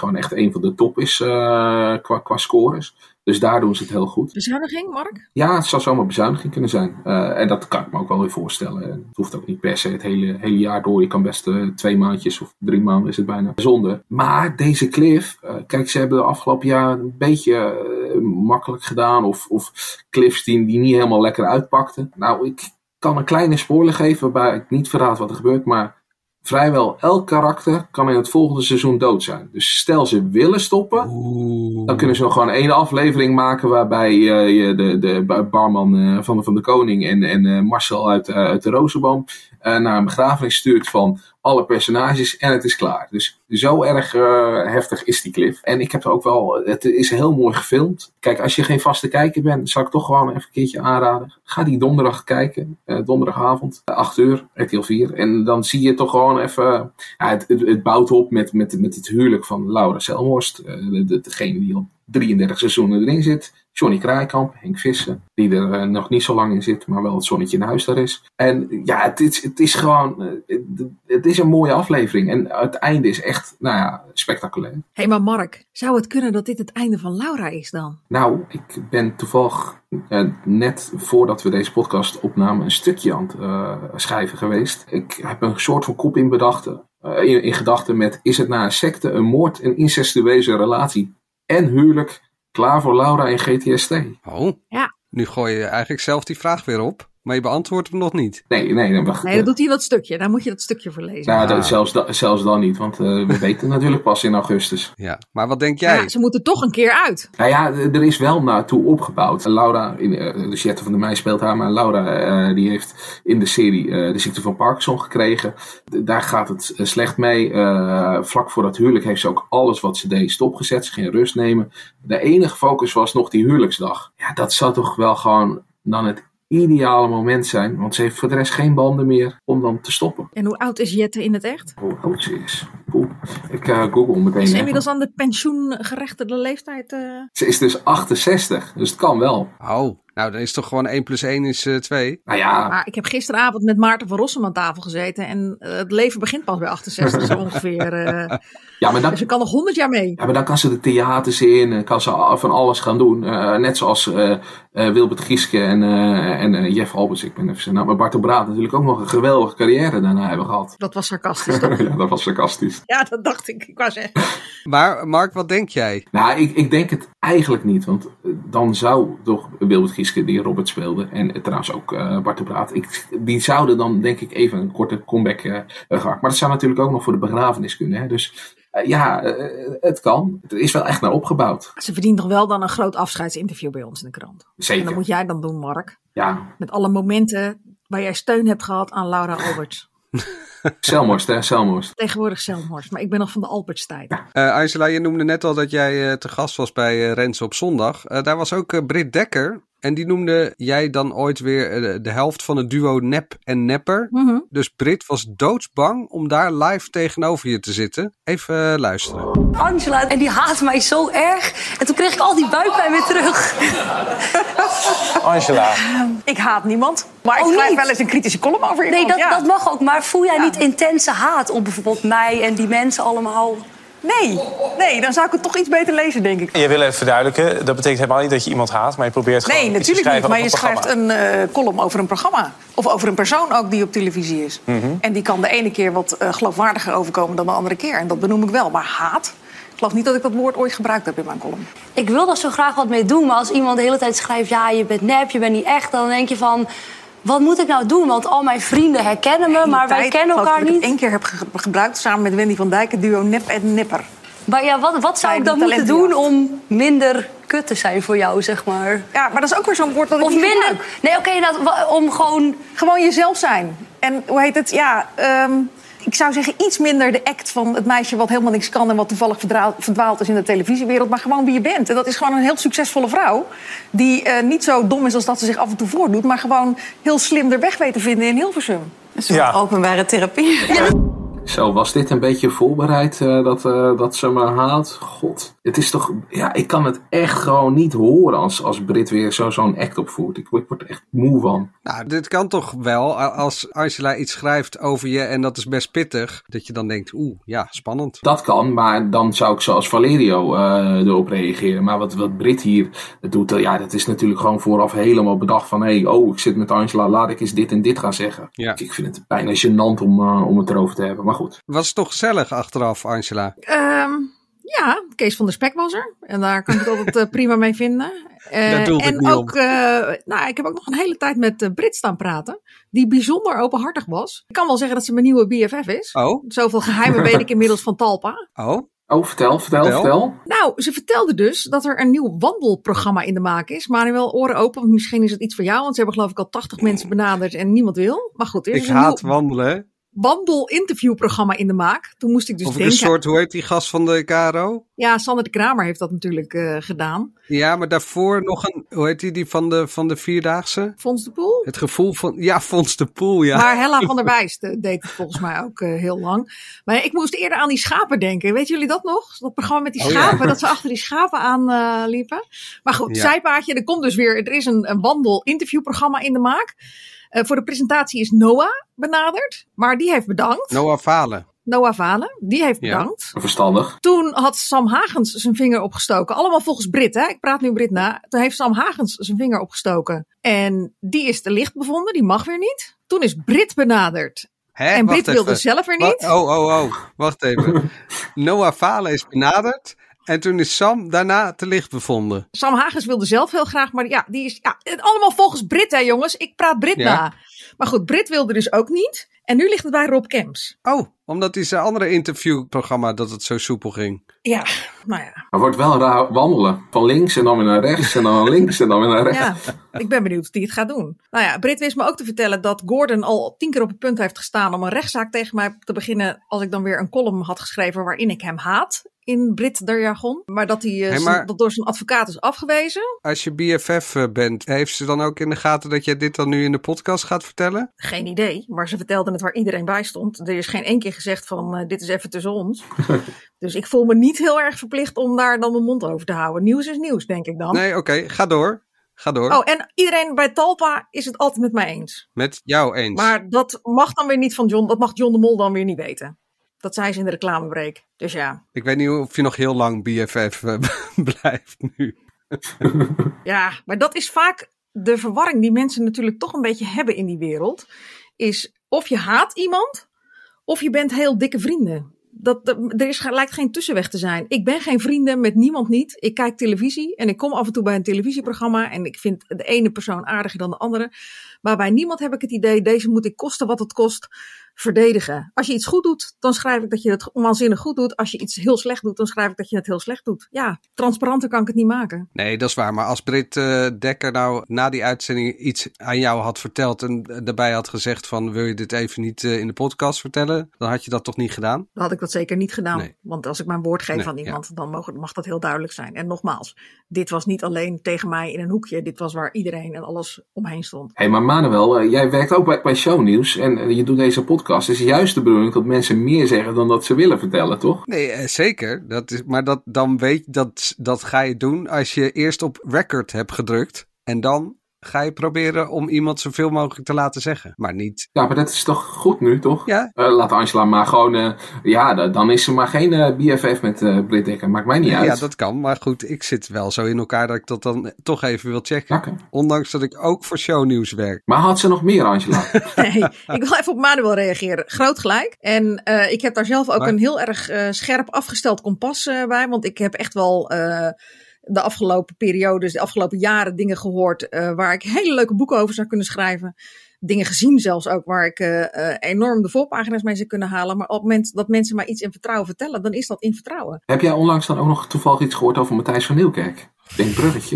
een van de top is qua scores. Dus daar doen ze het heel goed. Bezuiniging, Mark? Ja, het zou zomaar bezuiniging kunnen zijn. En dat kan ik me ook wel weer voorstellen. Het hoeft ook niet per se het hele jaar door. Je kan best 2 maandjes of 3 maanden is het bijna zonder. Maar deze cliff, kijk, ze hebben de afgelopen jaar een beetje makkelijk gedaan. Of cliffs die niet helemaal lekker uitpakten. Nou, ik kan een kleine spoiler geven waarbij ik niet verraad wat er gebeurt. Maar vrijwel elk karakter kan in het volgende seizoen dood zijn. Dus stel ze willen stoppen, dan kunnen ze nog gewoon 1 aflevering maken waarbij je de barman van de koning en Marcel uit de Rozenboom naar een begrafenis stuurt van alle personages en het is klaar. Dus zo erg heftig is die cliff. En ik heb er ook wel, het is heel mooi gefilmd. Kijk, als je geen vaste kijker bent, zou ik toch gewoon even een keertje aanraden. Ga die donderdag kijken, donderdagavond, 8 uur, RTL 4. En dan zie je toch gewoon even, het bouwt op met het huwelijk van Laura Selhorst. Degene die al 33 seizoenen erin zit. Johnny Kraaikamp, Henk Vissen, die er nog niet zo lang in zit, maar wel het zonnetje in huis daar is. En ja, het is gewoon, het is een mooie aflevering. En het einde is echt, spectaculair. Hé, maar Mark, zou het kunnen dat dit het einde van Laura is dan? Nou, ik ben toevallig net voordat we deze podcast opnamen een stukje aan het schrijven geweest. Ik heb een soort van kop in gedachten met, is het na een secte, een moord, een incestueuze relatie en huwelijk klaar voor Laura en GTST? Oh, ja. Nu gooi je eigenlijk zelf die vraag weer op, maar je beantwoordt hem nog niet. Nee, wacht. Nee, dat doet hij dat stukje. Daar moet je dat stukje voor lezen. Nou, zelfs dan niet, want we weten natuurlijk pas in augustus. Ja, maar wat denk jij? Ja, ze moeten toch een keer uit. Nou ja, er is wel naartoe opgebouwd. Laura, Jette van der Meij speelt haar, maar Laura die heeft in de serie de ziekte van Parkinson gekregen. Daar gaat het slecht mee. Vlak voor dat huwelijk heeft ze ook alles wat ze deed stopgezet. Ze ging rust nemen. De enige focus was nog die huwelijksdag. Ja, dat zou toch wel gewoon dan het ideale moment zijn, want ze heeft voor de rest geen banden meer om dan te stoppen. En hoe oud is Jette in het echt? Hoe oud ze is? Ik google meteen. Is ze inmiddels aan de pensioengerechtigde leeftijd? Ze is dus 68, dus het kan wel. Oh, nou dan is toch gewoon 1 + 1 is 2? Nou ja. Maar ik heb gisteravond met Maarten van Rossum aan tafel gezeten en het leven begint pas bij 68 zo ongeveer. Ja, maar dus je kan nog 100 jaar mee. Ja, maar dan kan ze de theaters in, kan ze van alles gaan doen. Net zoals Wilbert Gieske en Jeff Albers, ik ben even zijn naam. Maar Bart de Braat natuurlijk ook nog een geweldige carrière daarna hebben gehad. Dat was sarcastisch, toch? Ja, dat was sarcastisch. Ja, dat dacht ik. Ik wou zeggen. Maar Mark, wat denk jij? Nou, ik denk het eigenlijk niet. Want dan zou toch Wilbert Gieske, die Robert speelde, en trouwens ook Bart de Braat, die zouden dan denk ik even een korte comeback gemaakt. Maar dat zou natuurlijk ook nog voor de begrafenis kunnen. Hè? Dus het kan. Het is wel echt naar opgebouwd. Ze verdient toch wel dan een groot afscheidsinterview bij ons in de krant. Zeker. En dat moet jij dan doen, Mark. Ja. Met alle momenten waar jij steun hebt gehad aan Laura Alberts. Selhorst, hè? Selhorst. Tegenwoordig Selhorst, maar ik ben nog van de Alberts-tijd. Angela, je noemde net al dat jij te gast was bij Renze op zondag. Daar was ook Britt Dekker. En die noemde jij dan ooit weer de helft van het duo Nep en Nepper. Mm-hmm. Dus Britt was doodsbang om daar live tegenover je te zitten. Even luisteren. Angela, en die haat mij zo erg. En toen kreeg ik al die buikpijn weer terug. Angela. Ik haat niemand. Maar ik Oh, schrijf niet? wel eens een kritische column over Nee, iemand. dat mag ook. Maar voel jij niet intense haat op bijvoorbeeld mij en die mensen allemaal? Nee, dan zou ik het toch iets beter lezen, denk ik. Je wil even verduidelijken, dat betekent helemaal niet dat je iemand haat, maar je probeert gewoon Nee, iets te natuurlijk schrijven niet. Maar je over een schrijft programma. een column over een programma. Of over een persoon ook die op televisie is. En die kan de ene keer wat geloofwaardiger overkomen dan de andere keer. En dat benoem ik wel. Maar haat? Ik geloof niet dat ik dat woord ooit gebruikt heb in mijn column. Ik wil daar zo graag wat mee doen. Maar als iemand de hele tijd schrijft, ja, je bent nep, je bent niet echt. Dan denk je van, wat moet ik nou doen? Want al mijn vrienden herkennen me, maar wij kennen elkaar Ik niet. heb 1 keer heb gebruikt samen met Wendy van Dijk het duo Nep en Nipper. Maar ja, wat zou ik dan moeten doen om minder kut te zijn voor jou, zeg maar? Ja, maar dat is ook weer zo'n woord dat ik Of niet minder... gebruik. Nee, oké, om gewoon... Gewoon jezelf zijn. En hoe heet het? Ja, ik zou zeggen iets minder de act van het meisje wat helemaal niks kan en wat toevallig verdwaald is in de televisiewereld. Maar gewoon wie je bent. En dat is gewoon een heel succesvolle vrouw. Die niet zo dom is als dat ze zich af en toe voordoet. Maar gewoon heel slim de weg weet te vinden in Hilversum. Een soort openbare therapie. Zo, was dit een beetje voorbereid dat ze me haalt? God, het is toch... Ja, ik kan het echt gewoon niet horen als Brit weer zo'n act opvoert. Ik word er echt moe van. Nou, dit kan toch wel, als Angela iets schrijft over je en dat is best pittig, dat je dan denkt, ja, spannend. Dat kan, maar dan zou ik zoals Valerio erop reageren. Maar wat Brit hier doet, dat is natuurlijk gewoon vooraf helemaal bedacht van, ik zit met Angela, laat ik eens dit en dit gaan zeggen. Ja. Ik vind het bijna gênant om het erover te hebben, maar goed. Was het toch gezellig achteraf, Angela? Ja, Kees van der Spek was er. En daar kan ik het altijd prima mee vinden. Daar doelde ik en niet ook, ik heb ook nog een hele tijd met Brit staan praten. Die bijzonder openhartig was. Ik kan wel zeggen dat ze mijn nieuwe BFF is. Oh. Zoveel geheimen weet ik inmiddels van Talpa. Oh, vertel. Nou, ze vertelde dus dat er een nieuw wandelprogramma in de maak is. Manuel, oren open, want misschien is het iets voor jou. Want ze hebben geloof ik al 80 mensen benaderd en niemand wil. Maar goed, er is Ik een haat nieuw wandelen. wandelinterviewprogramma in de maak. Toen moest ik dus Of denken... een soort, hoe heet die gast van de KRO? Ja, Sander de Kramer heeft dat natuurlijk gedaan. Ja, maar daarvoor nog een, hoe heet die van de Vierdaagse? Fons de Poel? Het gevoel van, ja, Fons de Poel, ja. Maar Hella van der Wijst deed het volgens mij ook heel lang. Maar ik moest eerder aan die schapen denken. Weten jullie dat nog? Dat programma met die schapen, dat ze achter die schapen aan liepen. Maar goed, zijpaadje, er komt dus weer, er is een wandel-interviewprogramma in de maak. Voor de presentatie is Noah benaderd, maar die heeft bedankt. Noah Valen, die heeft bedankt. Verstandig. Toen had Sam Hagens zijn vinger opgestoken. Allemaal volgens Brit, hè? Ik praat nu Brit na. Toen heeft Sam Hagens zijn vinger opgestoken. En die is te licht bevonden, die mag weer niet. Toen is Brit benaderd. En Brit wilde zelf weer niet. Wacht even. Noah Valen is benaderd. En toen is Sam daarna te licht bevonden. Sam Hagens wilde zelf heel graag, maar ja, die is allemaal volgens Brit, hè jongens. Ik praat Brit na. Maar goed, Brit wilde dus ook niet. En nu ligt het bij Rob Kemps. Oh, omdat hij zijn andere interviewprogramma dat het zo soepel ging. Ja, nou ja. Maar wordt wel raar wandelen. Van links en dan weer naar rechts en dan naar links en dan weer naar rechts. Ja, ik ben benieuwd of hij het gaat doen. Nou ja, Brit wist me ook te vertellen dat Gordon al 10 keer op het punt heeft gestaan om een rechtszaak tegen mij te beginnen als ik dan weer een column had geschreven waarin ik hem haat. In Brit der jargon. Maar dat hij dat door zijn advocaat is afgewezen. Als je BFF bent, heeft ze dan ook in de gaten dat jij dit dan nu in de podcast gaat vertellen? Geen idee, maar ze vertelden het waar iedereen bij stond. Er is geen één keer gezegd van dit is even tussen ons. Dus ik voel me niet heel erg verplicht om daar dan mijn mond over te houden. Nieuws is nieuws, denk ik dan. Nee, oké, ga door. Oh, en iedereen bij Talpa is het altijd met mij eens. Met jou eens? Maar dat mag dan weer niet van John. Dat mag John de Mol dan weer niet weten. Dat zei ze in de reclamebreak. Dus ja. Ik weet niet of je nog heel lang BFF blijft nu. Ja, maar dat is vaak de verwarring die mensen natuurlijk toch een beetje hebben in die wereld. Is of je haat iemand, of je bent heel dikke vrienden. Lijkt geen tussenweg te zijn. Ik ben geen vrienden met niemand niet. Ik kijk televisie en ik kom af en toe bij een televisieprogramma. En ik vind de ene persoon aardiger dan de andere. Maar bij niemand heb ik het idee, deze moet ik kosten wat het kost verdedigen. Als je iets goed doet, dan schrijf ik dat je het waanzinnig goed doet. Als je iets heel slecht doet, dan schrijf ik dat je het heel slecht doet. Ja, transparanter kan ik het niet maken. Nee, dat is waar. Maar als Brit Dekker nou na die uitzending iets aan jou had verteld en daarbij had gezegd van wil je dit even niet in de podcast vertellen, dan had je dat toch niet gedaan? Dan had ik dat zeker niet gedaan. Nee. Want als ik mijn woord geef aan iemand, dan mag dat heel duidelijk zijn. En nogmaals, dit was niet alleen tegen mij in een hoekje. Dit was waar iedereen en alles omheen stond. Hey, maar Manuel, jij werkt ook bij Shownieuws en je doet deze podcast. Het is juist de bedoeling dat mensen meer zeggen dan dat ze willen vertellen, toch? Nee, zeker. Dan weet je dat ga je doen als je eerst op record hebt gedrukt en dan ga je proberen om iemand zoveel mogelijk te laten zeggen. Maar niet... Ja, maar dat is toch goed nu, toch? Ja. Laat Angela maar gewoon... dan is ze maar geen BFF met Brit Dekker. Maakt mij niet uit. Ja, dat kan. Maar goed, ik zit wel zo in elkaar dat ik dat dan toch even wil checken. Okay. Ondanks dat ik ook voor Shownieuws werk. Maar had ze nog meer, Angela? Nee, ik wil even op Manuel reageren. Groot gelijk. En ik heb daar zelf ook een heel erg scherp afgesteld kompas bij. Want ik heb echt wel... de afgelopen periodes, de afgelopen jaren dingen gehoord waar ik hele leuke boeken over zou kunnen schrijven. Dingen gezien zelfs ook waar ik enorm de voorpagina's mee zou kunnen halen. Maar op het moment dat mensen maar iets in vertrouwen vertellen, dan is dat in vertrouwen. Heb jij onlangs dan ook nog toevallig iets gehoord over Matthijs van Nieuwkerk? Denk bruggetje.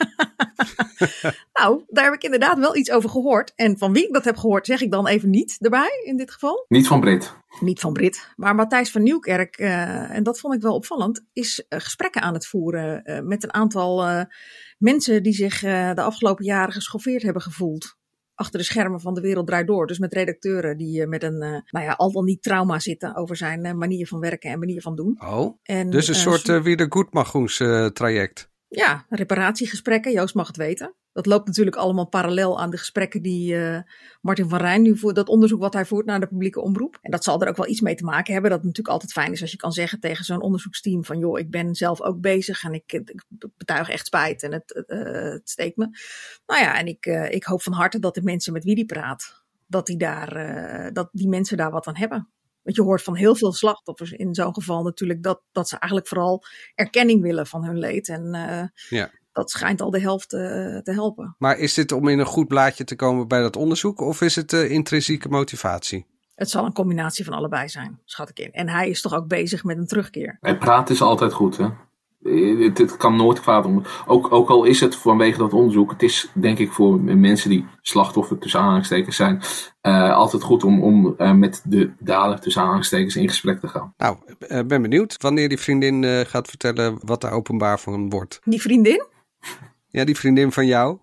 Nou, daar heb ik inderdaad wel iets over gehoord. En van wie ik dat heb gehoord, zeg ik dan even niet erbij in dit geval. Niet van Brit. Niet van Brit. Maar Matthijs van Nieuwkerk, en dat vond ik wel opvallend, is gesprekken aan het voeren met een aantal mensen die zich de afgelopen jaren geschoffeerd hebben gevoeld achter de schermen van De Wereld Draait Door. Dus met redacteuren die met een, al dan niet trauma zitten over zijn manier van werken en manier van doen. Oh, En, dus een soort Wieder Goedmachoens traject. Ja, reparatiegesprekken, Joost mag het weten. Dat loopt natuurlijk allemaal parallel aan de gesprekken die Martin van Rijn nu voert, dat onderzoek wat hij voert naar de publieke omroep. En dat zal er ook wel iets mee te maken hebben. Dat het natuurlijk altijd fijn is als je kan zeggen tegen zo'n onderzoeksteam van joh, ik ben zelf ook bezig en ik betuig echt spijt en het steekt me. Nou ja, en ik hoop van harte dat de mensen met wie die praat, dat die mensen daar wat aan hebben. Want je hoort van heel veel slachtoffers in zo'n geval natuurlijk dat ze eigenlijk vooral erkenning willen van hun leed. En dat schijnt al de helft te helpen. Maar is dit om in een goed blaadje te komen bij dat onderzoek of is het intrinsieke motivatie? Het zal een combinatie van allebei zijn, schat ik in. En hij is toch ook bezig met een terugkeer. En praten is altijd goed, hè? Het kan nooit kwaad om. Ook al is het vanwege dat onderzoek. Het is denk ik voor mensen die slachtoffer tussen aanhalingstekens zijn. Altijd goed om met de dader tussen aanhalingstekens in gesprek te gaan. Nou, ben benieuwd wanneer die vriendin gaat vertellen wat daar openbaar van wordt. Die vriendin? Ja, die vriendin van jou.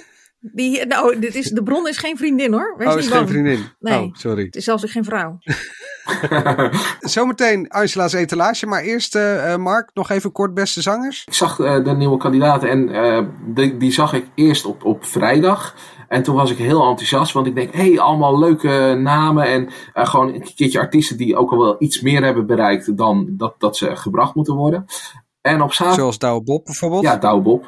De bron is geen vriendin hoor. Wees is geen vriendin? Nee, oh, sorry. Het is zelfs geen vrouw. Zometeen Angela's etalage, maar eerst Mark, nog even kort beste zangers. Ik zag de nieuwe kandidaten en die zag ik eerst op vrijdag. En toen was ik heel enthousiast, want ik denk, allemaal leuke namen en gewoon een keertje artiesten die ook al wel iets meer hebben bereikt dan dat ze gebracht moeten worden. En op zaterdag... Zoals Douwe Bob bijvoorbeeld? Ja, Douwe Bob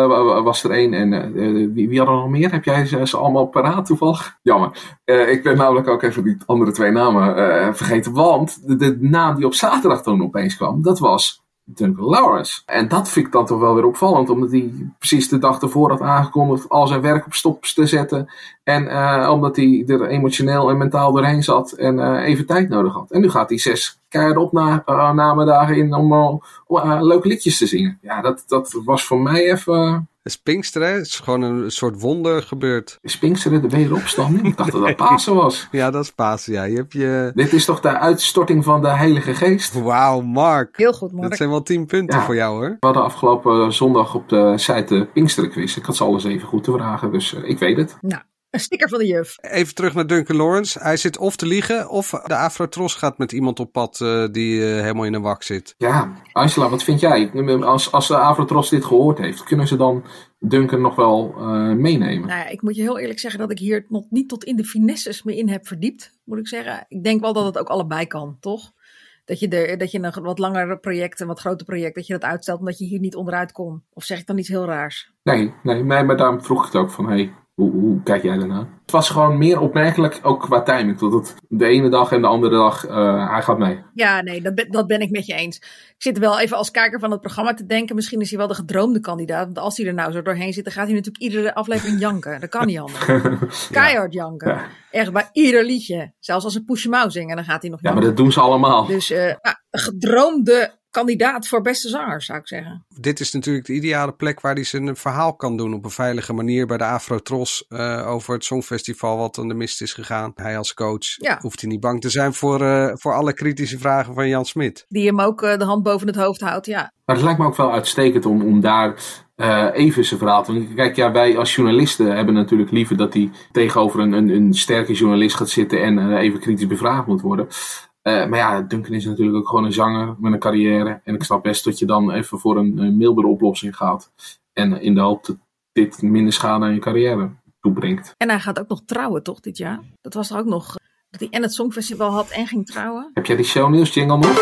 was er één. En wie had er nog meer? Heb jij ze allemaal paraat toevallig? Jammer. Ik ben namelijk ook even die andere 2 namen vergeten. Want de naam die op zaterdag toen opeens kwam, dat was Duncan Lawrence. En dat vind ik dan toch wel weer opvallend. Omdat hij precies de dag ervoor had aangekondigd al zijn werk op stop te zetten. En omdat hij er emotioneel en mentaal doorheen zat. En even tijd nodig had. En nu gaat hij 6 keiharde opnamendagen in om leuke liedjes te zingen. Ja, dat was voor mij even... Het is Pinksteren, het is gewoon een soort wonder gebeurd. Is Pinksteren de wederopstanding? Ik dacht dat Pasen was. Ja, dat is Pasen, ja. Dit is toch de uitstorting van de Heilige Geest? Wauw, Mark. Heel goed, Mark. Dat zijn wel 10 punten voor jou, hoor. We hadden afgelopen zondag op de site Pinksterenquiz. Ik had ze alles even goed te vragen, dus ik weet het. Nou, een sticker van de juf. Even terug naar Duncan Lawrence. Hij zit of te liegen, of de Afrotros gaat met iemand op pad die helemaal in een wak zit. Ja, Angela, wat vind jij? Als de Afrotros dit gehoord heeft, kunnen ze dan Duncan nog wel meenemen? Nou ja, ik moet je heel eerlijk zeggen dat ik hier nog niet tot in de finesses me in heb verdiept, moet ik zeggen. Ik denk wel dat het ook allebei kan, toch? Dat je een wat langer project, een wat groter project, dat je dat uitstelt omdat je hier niet onderuit kon. Of zeg ik dan iets heel raars? Nee, maar daarom vroeg ik het ook van, hoe kijk jij daarna? Het was gewoon meer opmerkelijk, ook qua timing. Dat het de ene dag en de andere dag, hij gaat mee. Ja, nee, dat ben ik met je eens. Ik zit wel even als kijker van het programma te denken, misschien is hij wel de gedroomde kandidaat. Want als hij er nou zo doorheen zit, dan gaat hij natuurlijk iedere aflevering janken. Dat kan niet anders. Keihard janken. Ja. Echt bij ieder liedje. Zelfs als ze Push Your Mouth zingen, dan gaat hij nog janken. Ja, maar dat doen ze allemaal. Dus een gedroomde kandidaat voor beste zanger, zou ik zeggen. Dit is natuurlijk de ideale plek waar hij zijn verhaal kan doen op een veilige manier bij de Afrotros over het Songfestival wat aan de mist is gegaan. Hij als coach hoeft hij niet bang te zijn voor alle kritische vragen van Jan Smit. Die hem ook de hand boven het hoofd houdt, ja. Maar het lijkt me ook wel uitstekend om daar even zijn verhaal te doen. Kijk, ja, wij als journalisten hebben natuurlijk liever dat hij tegenover een sterke journalist gaat zitten en even kritisch bevraagd moet worden. Maar ja, Duncan is natuurlijk ook gewoon een zanger met een carrière. En ik snap best dat je dan even voor een mildere oplossing gaat. En in de hoop dat dit minder schade aan je carrière toebrengt. En hij gaat ook nog trouwen, toch, dit jaar? Dat was er ook nog, dat hij en het Songfestival had en ging trouwen. Heb jij die shownieuws jingle nog?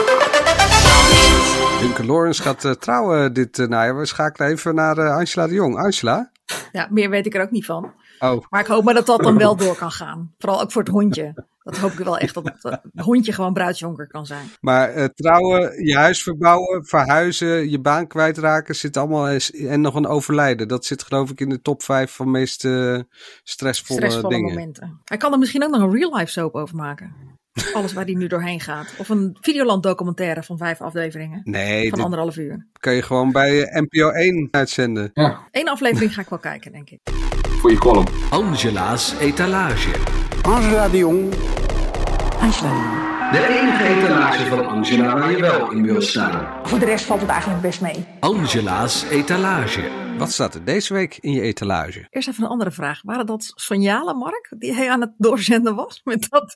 Duncan Lawrence gaat trouwen dit najaar. We schakelen even naar Angela de Jong. Angela? Ja, meer weet ik er ook niet van. Oh. Maar ik hoop maar dat dan wel door kan gaan. Vooral ook voor het hondje. Dat hoop ik wel echt, dat het hondje gewoon bruidsjonker kan zijn. Maar trouwen, je huis verbouwen, verhuizen, je baan kwijtraken, zit allemaal en nog een overlijden. Dat zit geloof ik in de top 5 van de meest stressvolle dingen. Momenten. Hij kan er misschien ook nog een real life soap over maken. Alles waar hij nu doorheen gaat. Of een Videoland documentaire van 5 afleveringen. Nee. Van 1,5 uur. Kan je gewoon bij NPO 1 uitzenden. Ja. 1 aflevering ga ik wel kijken, denk ik. Voor je column. Angela's etalage. Angela de Jong. Angela de Jong. De enige etalage van Angela waar je wel in wil staan. Voor de rest valt het eigenlijk best mee. Angela's etalage. Wat staat er deze week in je etalage? Eerst even een andere vraag. Waren dat signalen, Mark, die hij aan het doorzenden was? Met dat,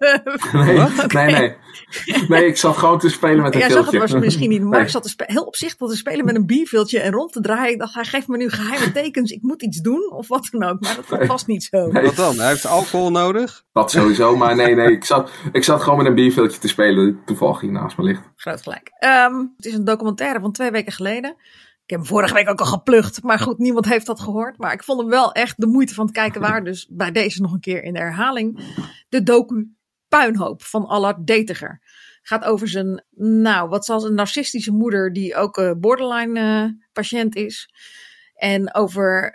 Nee, ik zat gewoon te spelen met een Jij filmpje. zag het was misschien niet. Mark Nee. zat heel opzichtig te spelen met een bierviltje en rond te draaien. Ik dacht, hij geeft me nu geheime tekens. Ik moet iets doen of wat dan ook. Maar dat was niet zo. Nee. Wat dan? Hij heeft alcohol nodig? Dat sowieso, maar nee. Ik zat gewoon met een bierviltje te spelen. Toevallig hier naast me ligt. Groot gelijk. Het is een documentaire van 2 weken geleden. Ik heb hem vorige week ook al geplucht. Maar goed, niemand heeft dat gehoord. Maar ik vond hem wel echt de moeite van het kijken waard. Dus bij deze nog een keer in de herhaling. De docu Puinhoop van Allard Detiger. Gaat over zijn, wat zal een narcistische moeder die ook borderline patiënt is. En over,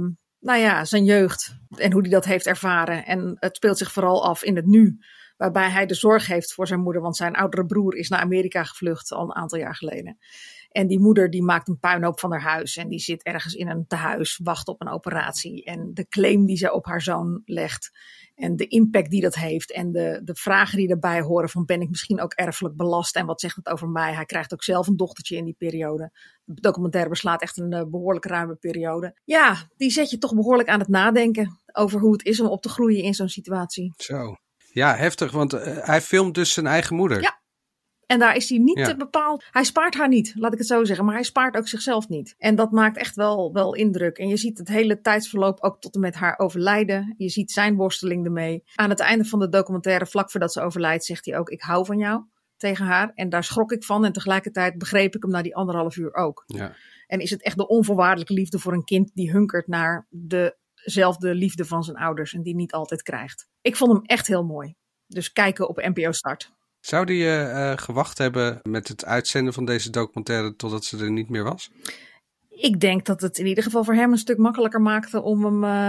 zijn jeugd en hoe hij dat heeft ervaren. En het speelt zich vooral af in het nu. Waarbij hij de zorg heeft voor zijn moeder. Want zijn oudere broer is naar Amerika gevlucht al een aantal jaar geleden. En die moeder die maakt een puinhoop van haar huis. En die zit ergens in een tehuis, wacht op een operatie. En de claim die ze op haar zoon legt. En de impact die dat heeft. En de vragen die daarbij horen van ben ik misschien ook erfelijk belast. En wat zegt het over mij? Hij krijgt ook zelf een dochtertje in die periode. De documentaire beslaat echt een behoorlijk ruime periode. Ja, die zet je toch behoorlijk aan het nadenken. Over hoe het is om op te groeien in zo'n situatie. Zo. Ja, heftig, want hij filmt dus zijn eigen moeder. Ja. En daar is hij niet bepaald. Hij spaart haar niet, laat ik het zo zeggen. Maar hij spaart ook zichzelf niet. En dat maakt echt wel indruk. En je ziet het hele tijdsverloop ook tot en met haar overlijden. Je ziet zijn worsteling ermee. Aan het einde van de documentaire, vlak voordat ze overlijdt, zegt hij ook: ik hou van jou, tegen haar. En daar schrok ik van. En tegelijkertijd begreep ik hem na die 1,5 uur ook. Ja. En is het echt de onvoorwaardelijke liefde voor een kind die hunkert naar dezelfde liefde van zijn ouders. En die niet altijd krijgt. Ik vond hem echt heel mooi. Dus kijken op NPO Start. Zou die gewacht hebben met het uitzenden van deze documentaire totdat ze er niet meer was? Ik denk dat het in ieder geval voor hem een stuk makkelijker maakte om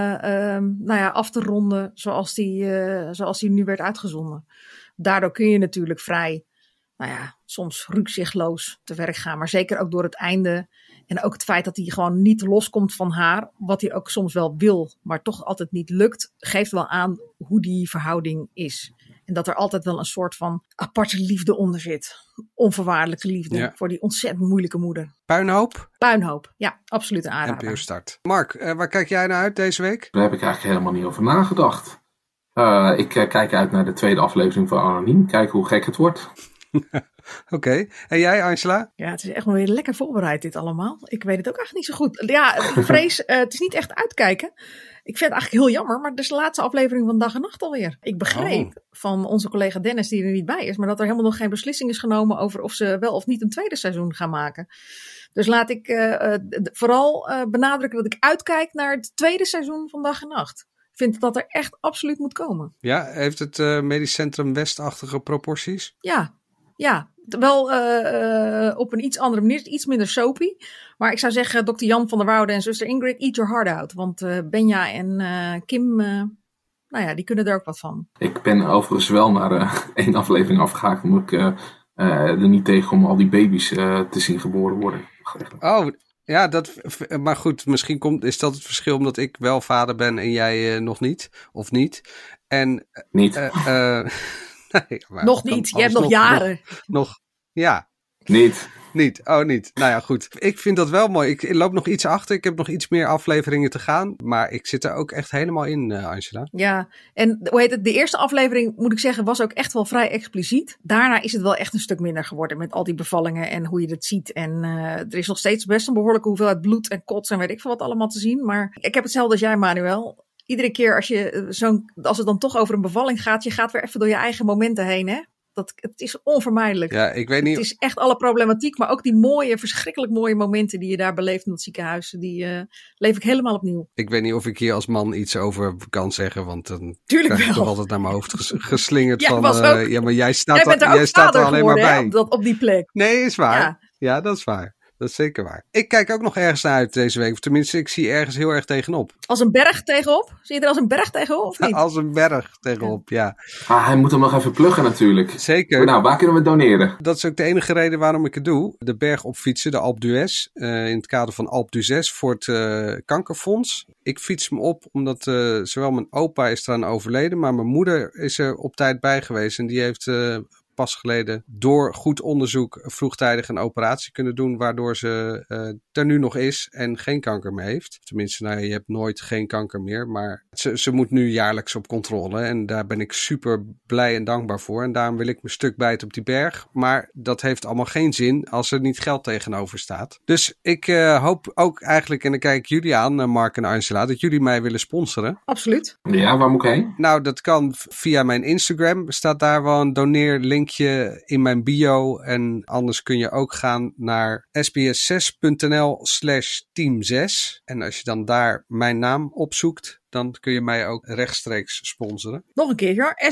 hem af te ronden zoals die nu werd uitgezonden. Daardoor kun je natuurlijk vrij, soms rukzichtloos te werk gaan. Maar zeker ook door het einde en ook het feit dat hij gewoon niet loskomt van haar. Wat hij ook soms wel wil, maar toch altijd niet lukt. Geeft wel aan hoe die verhouding is. En dat er altijd wel een soort van aparte liefde onder zit. Onvoorwaardelijke liefde voor die ontzettend moeilijke moeder. Puinhoop? Puinhoop, ja, absoluut een aanrader. NPO Start. Mark, waar kijk jij naar uit deze week? Daar heb ik eigenlijk helemaal niet over nagedacht. Ik kijk uit naar de 2e aflevering van Anoniem. Kijk hoe gek het wordt. Oké. En jij, Angela? Ja, het is echt wel weer lekker voorbereid dit allemaal. Ik weet het ook eigenlijk niet zo goed. Ja, ik vrees, het is niet echt uitkijken. Ik vind het eigenlijk heel jammer, maar het is de laatste aflevering van Dag en Nacht alweer. Ik begreep van onze collega Dennis, die er niet bij is, maar dat er helemaal nog geen beslissing is genomen over of ze wel of niet een 2e seizoen gaan maken. Dus laat ik vooral benadrukken dat ik uitkijk naar het 2e seizoen van Dag en Nacht. Ik vind dat er echt absoluut moet komen. Ja, heeft het Medisch Centrum Westachtige proporties? Ja, wel op een iets andere manier, iets minder soapy. Maar ik zou zeggen, Dr. Jan van der Woude en zuster Ingrid, eat your heart out. Want Benja en Kim, die kunnen er ook wat van. Ik ben overigens wel naar 1 aflevering afgehaakt, omdat ik er niet tegen kom al die baby's te zien geboren worden. Oh, ja, maar goed, misschien is dat het verschil omdat ik wel vader ben en jij nog niet, of niet. En, niet. Nee, maar nog niet, je hebt nog jaren. Ja. Niet. Oh, niet. Nou ja, goed. Ik vind dat wel mooi. Ik loop nog iets achter. Ik heb nog iets meer afleveringen te gaan. Maar ik zit er ook echt helemaal in, Angela. Ja, en de eerste aflevering, moet ik zeggen, was ook echt wel vrij expliciet. Daarna is het wel echt een stuk minder geworden met al die bevallingen en hoe je dat ziet. En er is nog steeds best een behoorlijke hoeveelheid bloed en kots en weet ik veel wat allemaal te zien. Maar ik heb hetzelfde als jij, Manuel. Iedere keer als het dan toch over een bevalling gaat, je gaat weer even door je eigen momenten heen, hè? Het is onvermijdelijk. Ja, ik weet niet. Het is echt alle problematiek, maar ook die mooie, verschrikkelijk mooie momenten die je daar beleeft in het ziekenhuis, die leef ik helemaal opnieuw. Ik weet niet of ik hier als man iets over kan zeggen, want dan Tuurlijk krijg ik wel. toch altijd naar mijn hoofd geslingerd Ja, van, maar jij staat er alleen maar bij. Op die plek. Nee, is waar. Ja, dat is waar. Dat is zeker waar. Ik kijk ook nog ergens naar uit deze week. Of tenminste, ik zie ergens heel erg tegenop. Als een berg tegenop? Zie je er als een berg tegenop of niet? Als een berg tegenop, ja. Hij moet hem nog even pluggen natuurlijk. Zeker. Nou, waar kunnen we doneren? Dat is ook de enige reden waarom ik het doe. De berg opfietsen, de Alpe d'Huez. In het kader van Alpe d'Huez voor het kankerfonds. Ik fiets hem op omdat zowel mijn opa is eraan overleden. Maar mijn moeder is er op tijd bij geweest. En die heeft pas geleden door goed onderzoek vroegtijdig een operatie kunnen doen, waardoor ze er nu nog is en geen kanker meer heeft. Tenminste, nou, je hebt nooit geen kanker meer, maar ze moet nu jaarlijks op controle en daar ben ik super blij en dankbaar voor. En daarom wil ik mijn stuk bijten op die berg, maar dat heeft allemaal geen zin als er niet geld tegenover staat. Dus ik hoop ook eigenlijk, en dan kijk ik jullie aan, Mark en Angela, dat jullie mij willen sponsoren. Absoluut. Ja, waar moet ik heen? Nou, dat kan via mijn Instagram. Staat daar wel een doneerlinkje in mijn bio. En anders kun je ook gaan naar sbs6.nl/team6. En als je dan daar mijn naam opzoekt, dan kun je mij ook rechtstreeks sponsoren. Nog een keer hoor.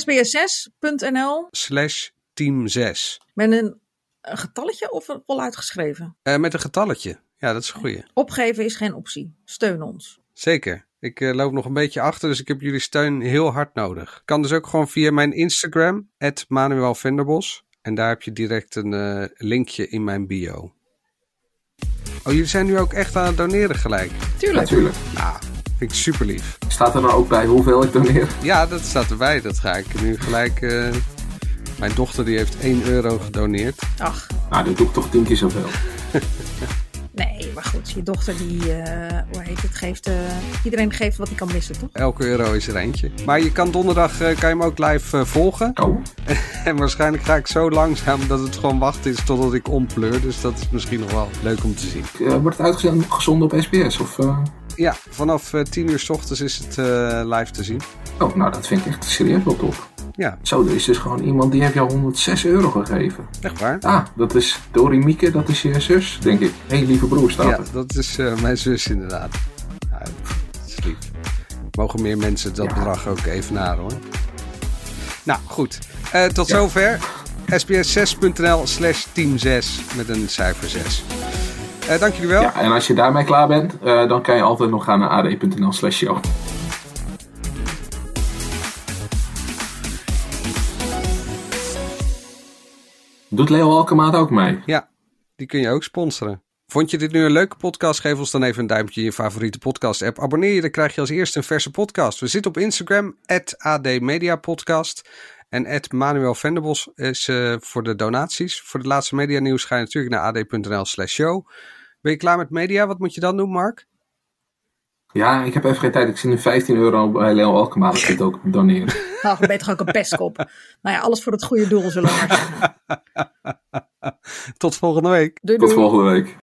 sbs6.nl/team6. Met een getalletje of voluit geschreven? Met een getalletje. Ja, dat is een goeie. Opgeven is geen optie. Steun ons. Zeker. Ik loop nog een beetje achter, dus ik heb jullie steun heel hard nodig. Kan dus ook gewoon via mijn Instagram, @ManuelVenderbos. En daar heb je direct een linkje in mijn bio. Oh, jullie zijn nu ook echt aan het doneren gelijk? Tuurlijk. Natuurlijk. Nou, vind ik super lief. Staat er dan ook bij hoeveel ik doneer? Ja, dat staat erbij. Dat ga ik nu gelijk... Mijn dochter die heeft €1 gedoneerd. Ach. Nou, dat doe ik toch 10 keer zoveel. Nee, maar goed. Je dochter die, geeft... iedereen geeft wat hij kan missen, toch? Elke euro is er eentje. Maar je kan donderdag kan je hem ook live volgen. Oh. En waarschijnlijk ga ik zo langzaam dat het gewoon wachten is totdat ik ompleur. Dus dat is misschien nog wel leuk om te zien. Wordt het uitgezonden op SBS? Of, Ja, vanaf 10:00 's ochtends is het live te zien. Oh, nou dat vind ik echt serieus wel tof. Ja. Zo, er is dus gewoon iemand die heeft jou €106 gegeven. Echt waar? Ah, dat is Dori Mieke, dat is je zus, denk ik. Hé, lieve broer staat er. Ja, dat is mijn zus inderdaad. Ja, dat is lief. Mogen meer mensen dat bedrag ook evenaren hoor. Nou, goed. Tot zover. sbs6.nl/team6 met een cijfer 6. Dank jullie wel. Ja, en als je daarmee klaar bent, dan kan je altijd nog gaan naar ad.nl/show. Doet Leo Alkemaat ook mee? Ja, die kun je ook sponsoren. Vond je dit nu een leuke podcast? Geef ons dan even een duimpje in je favoriete podcast app. Abonneer je, dan krijg je als eerste een verse podcast. We zitten op Instagram, @ADMediaPodcast. En @ManuelVenderbos is voor de donaties. Voor het laatste media nieuws ga je natuurlijk naar ad.nl/show. Ben je klaar met media? Wat moet je dan doen, Mark? Ja, ik heb even geen tijd. Ik zie nu €15 bij Leo Alkemaat. Ik dit ook doneren. Nou, je bent toch ook een pestkop. Nou ja, alles voor het goede doel, zullen we maar zeggen. Tot volgende week. Doei, Tot doei. volgende week.